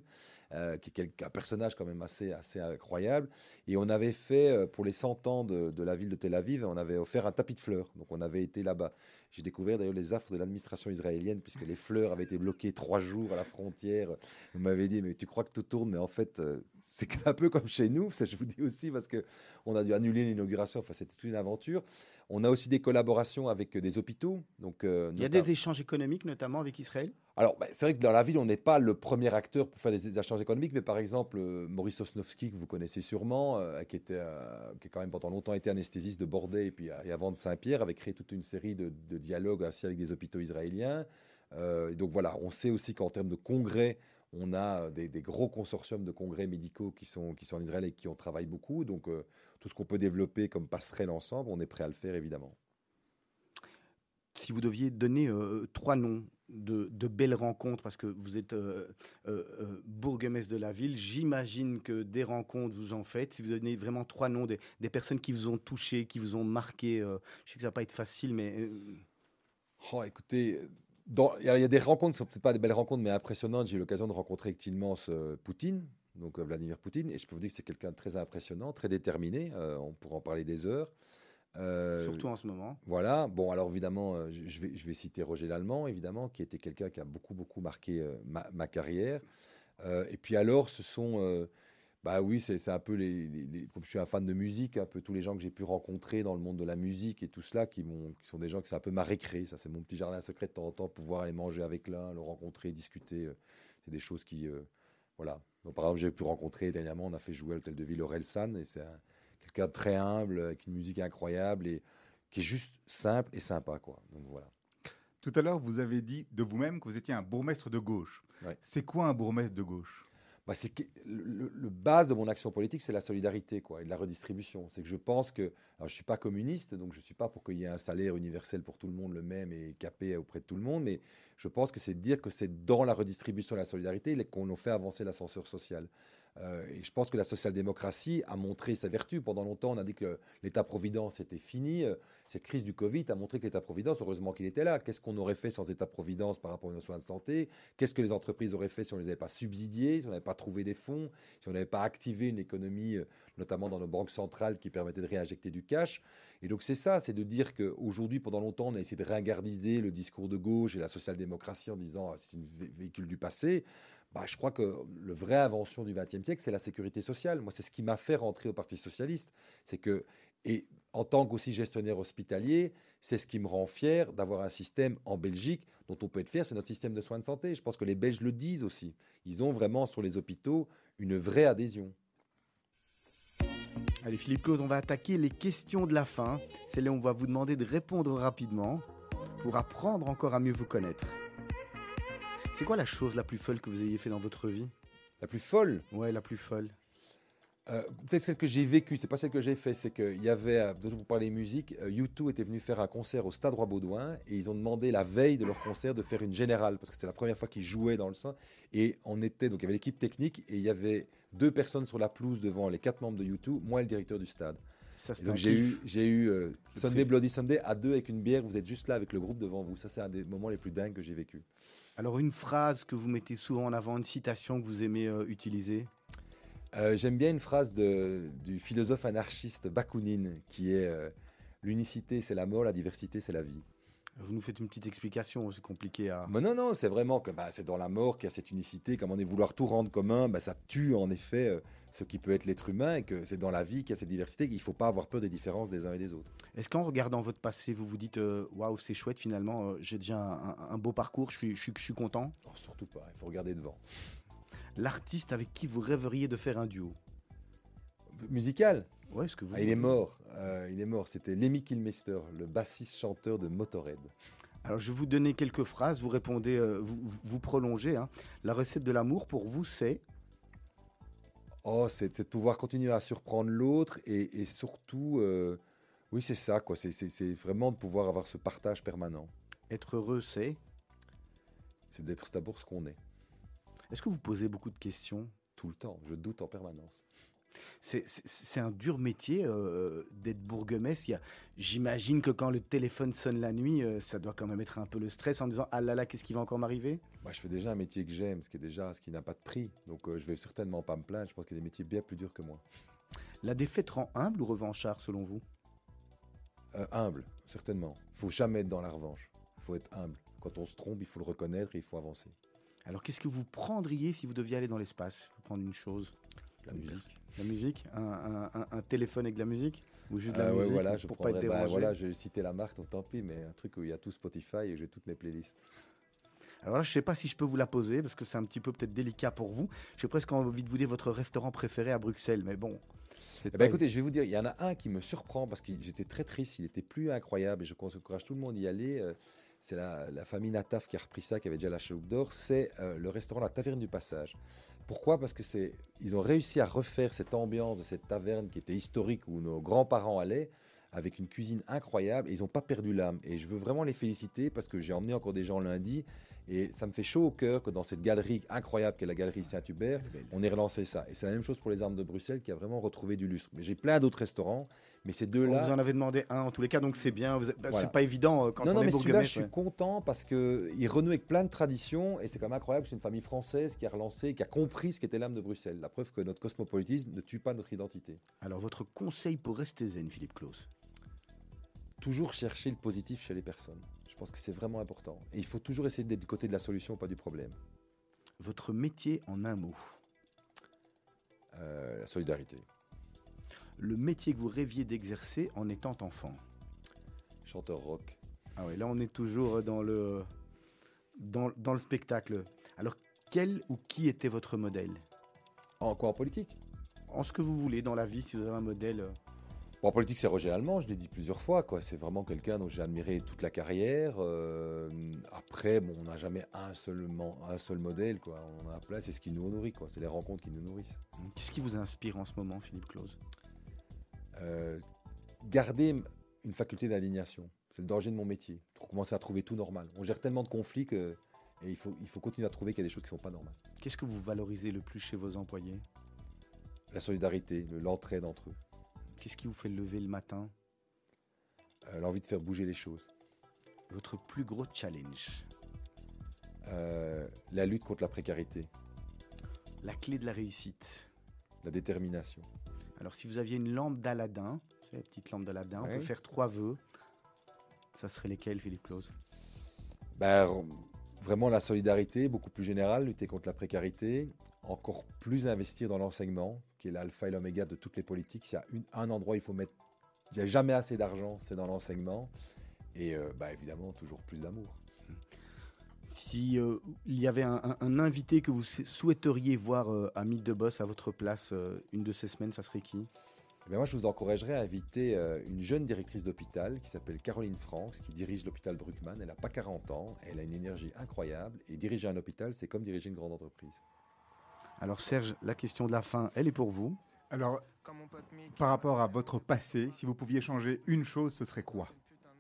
euh, qui est quel- un personnage quand même assez, assez incroyable. Et on avait fait, euh, pour les cent ans de, de la ville de Tel Aviv, on avait offert un tapis de fleurs. Donc on avait été là-bas. J'ai découvert d'ailleurs les affres de l'administration israélienne, puisque les fleurs avaient été bloquées trois jours à la frontière. Vous m'avez dit, mais tu crois que tout tourne, mais en fait, euh, c'est un peu comme chez nous. Ça, je vous dis aussi, parce qu'on a dû annuler l'inauguration. Enfin, c'était toute une aventure. On a aussi des collaborations avec des hôpitaux. Donc, euh, Il y a nota- des échanges économiques, notamment avec Israël. Alors, bah, c'est vrai que dans la ville, on n'est pas le premier acteur pour faire des, des échanges économiques, mais par exemple, euh, Maurice Sosnowski, que vous connaissez sûrement, euh, qui, était, euh, qui a quand même pendant longtemps été anesthésiste de Bordeaux et, puis, euh, et avant de Saint-Pierre, avait créé toute une série de, de dialogues aussi avec des hôpitaux israéliens. Euh, et donc voilà, on sait aussi qu'en termes de congrès, on a des, des gros consortiums de congrès médicaux qui sont, qui sont en Israël et qui on travaille beaucoup. Donc euh, tout ce qu'on peut développer comme passerelle ensemble, on est prêt à le faire évidemment. Si vous deviez donner euh, trois noms de, de belles rencontres, parce que vous êtes euh, euh, euh, bourgmestre de la ville, j'imagine que des rencontres vous en faites. Si vous donnez vraiment trois noms des, des personnes qui vous ont touché, qui vous ont marqué, euh, je sais que ça va pas être facile, mais euh, Oh, écoutez, dans- il y, a il y a des rencontres qui sont peut-être pas des belles rencontres, mais impressionnantes. J'ai eu l'occasion de rencontrer avec Tilmans euh, Poutine, donc euh, Vladimir Poutine, et je peux vous dire que c'est quelqu'un de très impressionnant, très déterminé. Euh, on pourra en parler des heures. Euh, surtout en ce moment. Voilà. Bon, alors évidemment, euh, je, je vais, je vais citer Roger Lallemand, évidemment, qui était quelqu'un qui a beaucoup, beaucoup marqué euh, ma, ma carrière. Euh, et puis alors, ce sont, euh, bah oui, c'est c'est un peu les, les- les- comme je suis un fan de musique, un peu tous les gens que j'ai pu rencontrer dans le monde de la musique et tout cela, qui m'ont, qui sont des gens qui sont un peu ma récré. Ça, c'est mon petit jardin secret de temps en temps, pouvoir aller manger avec l'un, le rencontrer, discuter. euh, c'est des choses qui, euh, voilà. Donc, par exemple, j'ai pu rencontrer dernièrement, on a fait jouer à l'hôtel de ville Orelsan, et c'est un- quelqu'un de très humble, avec une musique incroyable et qui est juste simple et sympa, quoi. Donc voilà. Tout à l'heure, vous avez dit de vous-même que vous étiez un bourgmestre de gauche. Ouais. C'est quoi un bourgmestre de gauche? Bah, c'est que le, le- le base de mon action politique, c'est la solidarité, quoi, et de la redistribution. C'est que je pense que, alors je suis pas communiste, donc je suis pas pour qu'il y ait un salaire universel pour tout le monde, le même et capé auprès de tout le monde, mais je pense que c'est de dire que c'est dans la redistribution et la solidarité qu'on fait avancer l'ascenseur social. Euh, et je pense que la social-démocratie a montré sa vertu. Pendant longtemps, on a dit que l'État-providence était fini. Euh, Cette crise du Covid a montré que l'État-providence, heureusement qu'il était là. Qu'est-ce qu'on aurait fait sans État-providence par rapport aux soins de santé? Qu'est-ce que les entreprises auraient fait si on ne les avait pas subsidiés, si on n'avait pas trouvé des fonds, si on n'avait pas activé une économie, euh, notamment dans nos banques centrales, qui permettait de réinjecter du cash? Et donc c'est ça, c'est de dire qu'aujourd'hui, pendant longtemps, on a essayé de ringardiser le discours de gauche et la social-démocratie en disant ah, c'est un vé- véhicule du passé. Bah, je crois que la vraie invention du vingtième siècle, c'est la sécurité sociale. Moi, c'est ce qui m'a fait rentrer au Parti socialiste. C'est que, et en tant qu'aussi gestionnaire hospitalier, c'est ce qui me rend fier d'avoir un système en Belgique dont on peut être fier, c'est notre système de soins de santé. Je pense que les Belges le disent aussi. Ils ont vraiment sur les hôpitaux une vraie adhésion. Allez, Philippe Claude, on va attaquer les questions de la fin. C'est là où on va vous demander de répondre rapidement pour apprendre encore à mieux vous connaître. C'est quoi la chose la plus folle que vous ayez fait dans votre vie? La plus folle, Ouais, la plus folle. Euh, peut-être celle que j'ai vécue, c'est pas celle que j'ai fait, c'est qu'il y avait, euh, pour parler musique, euh, U deux était venu faire un concert au Stade Roi-Baudouin et ils ont demandé la veille de leur concert de faire une générale parce que c'était la première fois qu'ils jouaient dans le son. Et on était, donc il y avait l'équipe technique et il y avait deux personnes sur la pelouse devant les quatre membres de U deux, moi et le directeur du stade. Ça, Et c'est donc un j'ai kiff. eu, j'ai eu euh, Le Sunday prix. Bloody Sunday à deux avec une bière, vous êtes juste là avec le groupe devant vous. Ça, c'est un des moments les plus dingues que j'ai vécu. Alors, une phrase que vous mettez souvent en avant, une citation que vous aimez euh, utiliser? Euh, j'aime bien une phrase de, du philosophe anarchiste Bakounine qui est euh, l'unicité c'est la mort, la diversité c'est la vie. Vous nous faites une petite explication, c'est compliqué à... Mais non, non, c'est vraiment que bah, c'est dans la mort qu'il y a cette unicité. Comme on est vouloir tout rendre commun, bah, ça tue en effet euh, ce qui peut être l'être humain et que c'est dans la vie qu'il y a cette diversité, qu'il ne faut pas avoir peur des différences des uns et des autres. Est-ce qu'en regardant votre passé, vous vous dites euh, waouh, c'est chouette finalement, euh, j'ai déjà un, un- un beau parcours, je suis, je suis, je suis content? Oh, surtout pas, il faut regarder devant. L'artiste avec qui vous rêveriez de faire un duo? Musical, Ouais, est-ce que vous... ah, il est mort. Euh, il est mort. C'était Lemmy Kilmister, le bassiste-chanteur de Motorhead. Alors, je vais vous donner quelques phrases, vous répondez, euh, vous, vous- vous prolongez. Hein. La recette de l'amour, pour vous, c'est... Oh, c'est c'est de pouvoir continuer à surprendre l'autre et, et surtout, euh, oui, c'est ça, quoi. C'est- C'est c'est vraiment de pouvoir avoir ce partage permanent. Être heureux, c'est... C'est d'être d'abord ce qu'on est, Est-ce que vous posez beaucoup de questions? tout le temps. Je doute en permanence. C'est, c'est, c'est un dur métier euh, d'être bourgmestre. Il y a, j'imagine que quand le téléphone sonne la nuit, euh, ça doit quand même être un peu le stress en disant « Ah là là, qu'est-ce qui va encore m'arriver ?» Moi, je fais déjà un métier que j'aime, ce qui est déjà ce qui n'a pas de prix. Donc, euh, je vais certainement pas me plaindre. Je pense qu'il y a des métiers bien plus durs que moi. La défaite rend humble ou revanchard selon vous? Euh, humble, certainement. Il faut jamais être dans la revanche. Il faut être humble. Quand on se trompe, il faut le reconnaître et il faut avancer. Alors, qu'est-ce que vous prendriez si vous deviez aller dans l'espace? Vous prendre une chose. La musique. La musique, un, un, un, un téléphone avec de la musique ou juste de la Ah ouais, musique voilà, je pour pas être prendrais- bah, dérangé. voilà, j'ai cité la marque, donc tant pis, mais un truc où il y a tout Spotify et j'ai toutes mes playlists. Alors là, je ne sais pas si je peux vous la poser parce que c'est un petit peu peut-être délicat pour vous. J'ai presque envie de vous dire votre restaurant préféré à Bruxelles, mais bon. c'est Eh ben, pas- écoutez, je vais vous dire, il y en a un qui me surprend parce que j'étais très triste, il était plus incroyable et je encourage tout le monde à y aller. euh, C'est la, la famille Nataf qui a repris ça, qui avait déjà la chaloupe d'or. C'est euh, le restaurant La Taverne du Passage. Pourquoi? Parce que c'est, ils ont réussi à refaire cette ambiance de cette taverne qui était historique où nos grands-parents allaient, avec une cuisine incroyable. Et ils n'ont pas perdu l'âme. Et je veux vraiment les féliciter parce que j'ai emmené encore des gens lundi. Et ça me fait chaud au cœur que dans cette galerie incroyable qu'est la galerie Saint-Hubert, on ait relancé ça. Et c'est la même chose pour les Armes de Bruxelles qui a vraiment retrouvé du lustre. Mais j'ai plein d'autres restaurants, mais ces On deux-là. vous en avait demandé un en tous les cas, donc c'est bien. Vous- bah, Voilà. C'est pas évident euh, quand non, on non, est mais celui-là, je bourgmestre. suis ouais. content parce qu'il renoue avec plein de traditions et c'est quand même incroyable. C'est une famille française qui a relancé, qui a compris ce qu'était l'âme de Bruxelles. La preuve que notre cosmopolitisme ne tue pas notre identité. Alors, votre conseil pour rester zen, Philippe Claus? Toujours chercher le positif chez les personnes. Je pense que c'est vraiment important. Et il faut toujours essayer d'être du côté de la solution, pas du problème. Votre métier en un mot? Euh, la solidarité. Le métier que vous rêviez d'exercer en étant enfant? Chanteur rock. Ah oui, là on est toujours dans le, dans, dans le spectacle. Alors, quel ou qui était votre modèle? En quoi? En politique? En ce que vous voulez dans la vie, si vous avez un modèle. euh, Bon, en politique, c'est Roger Lallemand, je l'ai dit plusieurs fois, quoi. C'est vraiment quelqu'un dont j'ai admiré toute la carrière. Euh, après, bon, on n'a jamais un seul, man- un seul modèle, quoi. On a plein, c'est ce qui nous nourrit, quoi. C'est les rencontres qui nous nourrissent. Qu'est-ce qui vous inspire en ce moment, Philippe Claus? Euh, garder m- une faculté d'indignation, c'est le danger de mon métier. Pour commencer à trouver tout normal. On gère tellement de conflits que, et il faut, il faut continuer à trouver qu'il y a des choses qui ne sont pas normales. Qu'est-ce que vous valorisez le plus chez vos employés? La solidarité, le- l'entraide entre eux, Qu'est-ce qui vous fait lever le matin? euh, l'envie de faire bouger les choses, Votre plus gros challenge? Euh, la lutte contre la précarité, La clé de la réussite? la détermination. Alors, si vous aviez une lampe d'Aladin, vous savez, la petite lampe d'Aladin, on Ouais. peut faire trois vœux. Ça serait lesquels, Philippe Claus? Ben, r- vraiment la solidarité, beaucoup plus générale, lutter contre la précarité, encore plus investir dans l'enseignement, qui est l'alpha et l'oméga de toutes les politiques. S'il y a une- un endroit où il faut mettre, il n'y a jamais assez d'argent, c'est dans l'enseignement. Et euh, ben, évidemment, toujours plus d'amour. Si euh, il y avait un, un- un invité que vous s- souhaiteriez voir euh, à Mythe de Boss à votre place euh, une de ces semaines, ça serait qui? Eh bien, moi, je vous encouragerais à inviter euh, une jeune directrice d'hôpital qui s'appelle Caroline Franks, qui dirige l'hôpital Bruckmann. Elle n'a pas quarante ans, elle a une énergie incroyable. Et diriger un hôpital, c'est comme diriger une grande entreprise. Alors Serge, la question de la fin, elle est pour vous. Alors, par rapport à votre passé, si vous pouviez changer une chose, ce serait quoi?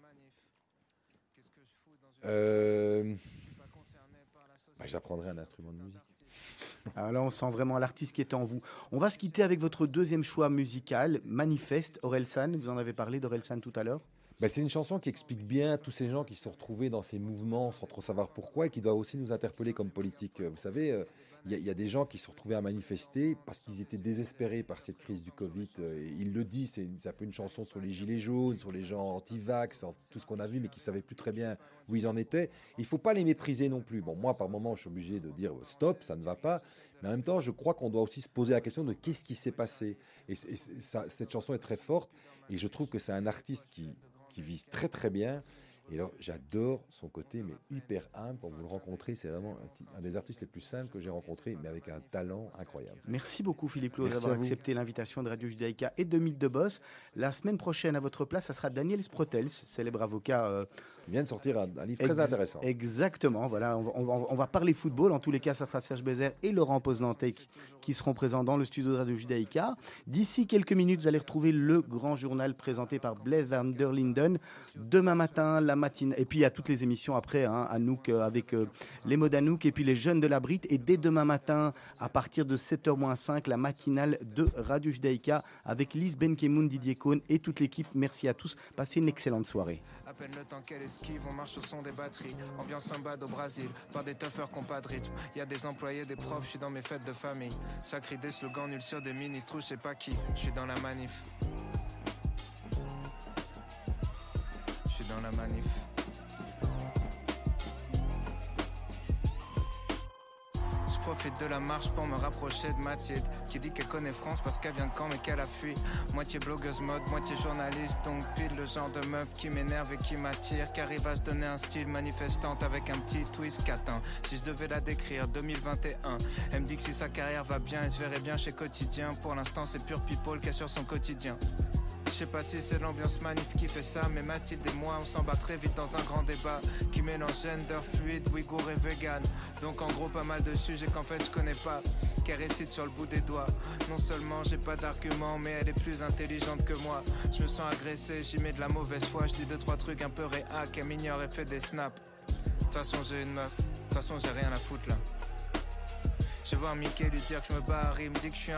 Euh... bah, j'apprendrai un instrument de musique. Alors là, on sent vraiment l'artiste qui est en vous. On va se quitter avec votre deuxième choix musical, Manifeste, Orelsan. Vous en avez parlé d'Orelsan tout à l'heure. Bah, c'est une chanson qui explique bien tous ces gens qui se sont retrouvés dans ces mouvements sans trop savoir pourquoi et qui doit aussi nous interpeller comme politiques. Vous savez, euh, il y, a- il y a des gens qui se sont retrouvés à manifester parce qu'ils étaient désespérés par cette crise du Covid. euh, Et il le dit, c'est une- c'est un peu une chanson sur les gilets jaunes, sur les gens anti-vax, sur tout ce qu'on a vu, mais qui ne savaient plus très bien où ils en étaient. Il ne faut pas les mépriser non plus. Bon, moi, par moment, je suis obligé de dire stop, ça ne va pas. Mais en même temps, je crois qu'on doit aussi se poser la question de qu'est-ce qui s'est passé. Et, c- et c- ça- cette chanson est très forte. Et je trouve que c'est un artiste qui, qui vise très très bien. Et alors, j'adore son côté, mais hyper humble. Quand vous le rencontrez, c'est vraiment un, ti- un des artistes les plus simples que j'ai rencontrés, mais avec un talent incroyable. Merci beaucoup Philippe Claus Merci d'avoir à vous. accepté l'invitation de Radio Judaïka et de Mythe de Boss. La semaine prochaine, à votre place, ça sera Daniel Sprotels, célèbre avocat. euh, Il vient de sortir un, un livre très ex- intéressant. Exactement, voilà, on va, on va- on va parler football. En tous les cas, ça sera Serge Bézère et Laurent Poznantec qui seront présents dans le studio de Radio Judaïka. D'ici quelques minutes, vous allez retrouver le grand journal présenté par Blaise van der Linden. Demain matin, la matinale. Et puis il y a toutes les émissions après, hein, Anouk euh, avec euh, les mots d'Anouk et puis les jeunes de la Brite. Et dès demain matin, à partir de sept heures moins cinq, la matinale de Radio Judaïka avec Lise Benkemoun, Didier Cohn et toute l'équipe. Merci à tous. Passez une excellente soirée. À peine le temps qu'elle esquive, on marche au son des batteries. Ambiance samba au Brésil, par des tuffers qui n'ont pas de rythme. Y a des employés, des profs, je suis dans mes fêtes de famille. Sacré des slogans nuls sur des ministres ou je sais pas qui. Je suis dans la manif. Je suis dans la manif. Je profite de la marche pour me rapprocher de Mathilde, qui dit qu'elle connaît France parce qu'elle vient de Caen mais qu'elle a fui. Moitié blogueuse mode, moitié journaliste, donc pile le genre de meuf qui m'énerve et qui m'attire, qui arrive à se donner un style manifestante avec un petit twist catin. Si je devais la décrire, deux mille vingt et un, elle me dit que si sa carrière va bien, elle se verrait bien chez Quotidien. Pour l'instant c'est pure people qui assure son quotidien. Je sais pas si c'est l'ambiance manif qui fait ça, mais Mathilde et moi on s'en bat très vite dans un grand débat qui mélange gender fluide, ouïghour et vegan. Donc en gros pas mal de sujets qu'en fait je connais pas, qu'elle récite sur le bout des doigts. Non seulement j'ai pas d'arguments, mais elle est plus intelligente que moi. Je me sens agressé, j'y mets de la mauvaise foi, je dis deux trois trucs un peu réac, elle m'ignore et fait des snaps. De toute façon j'ai une meuf, de toute façon j'ai rien à foutre là. Je vais voir Mickey lui dire que je me barre, il me dit que je suis un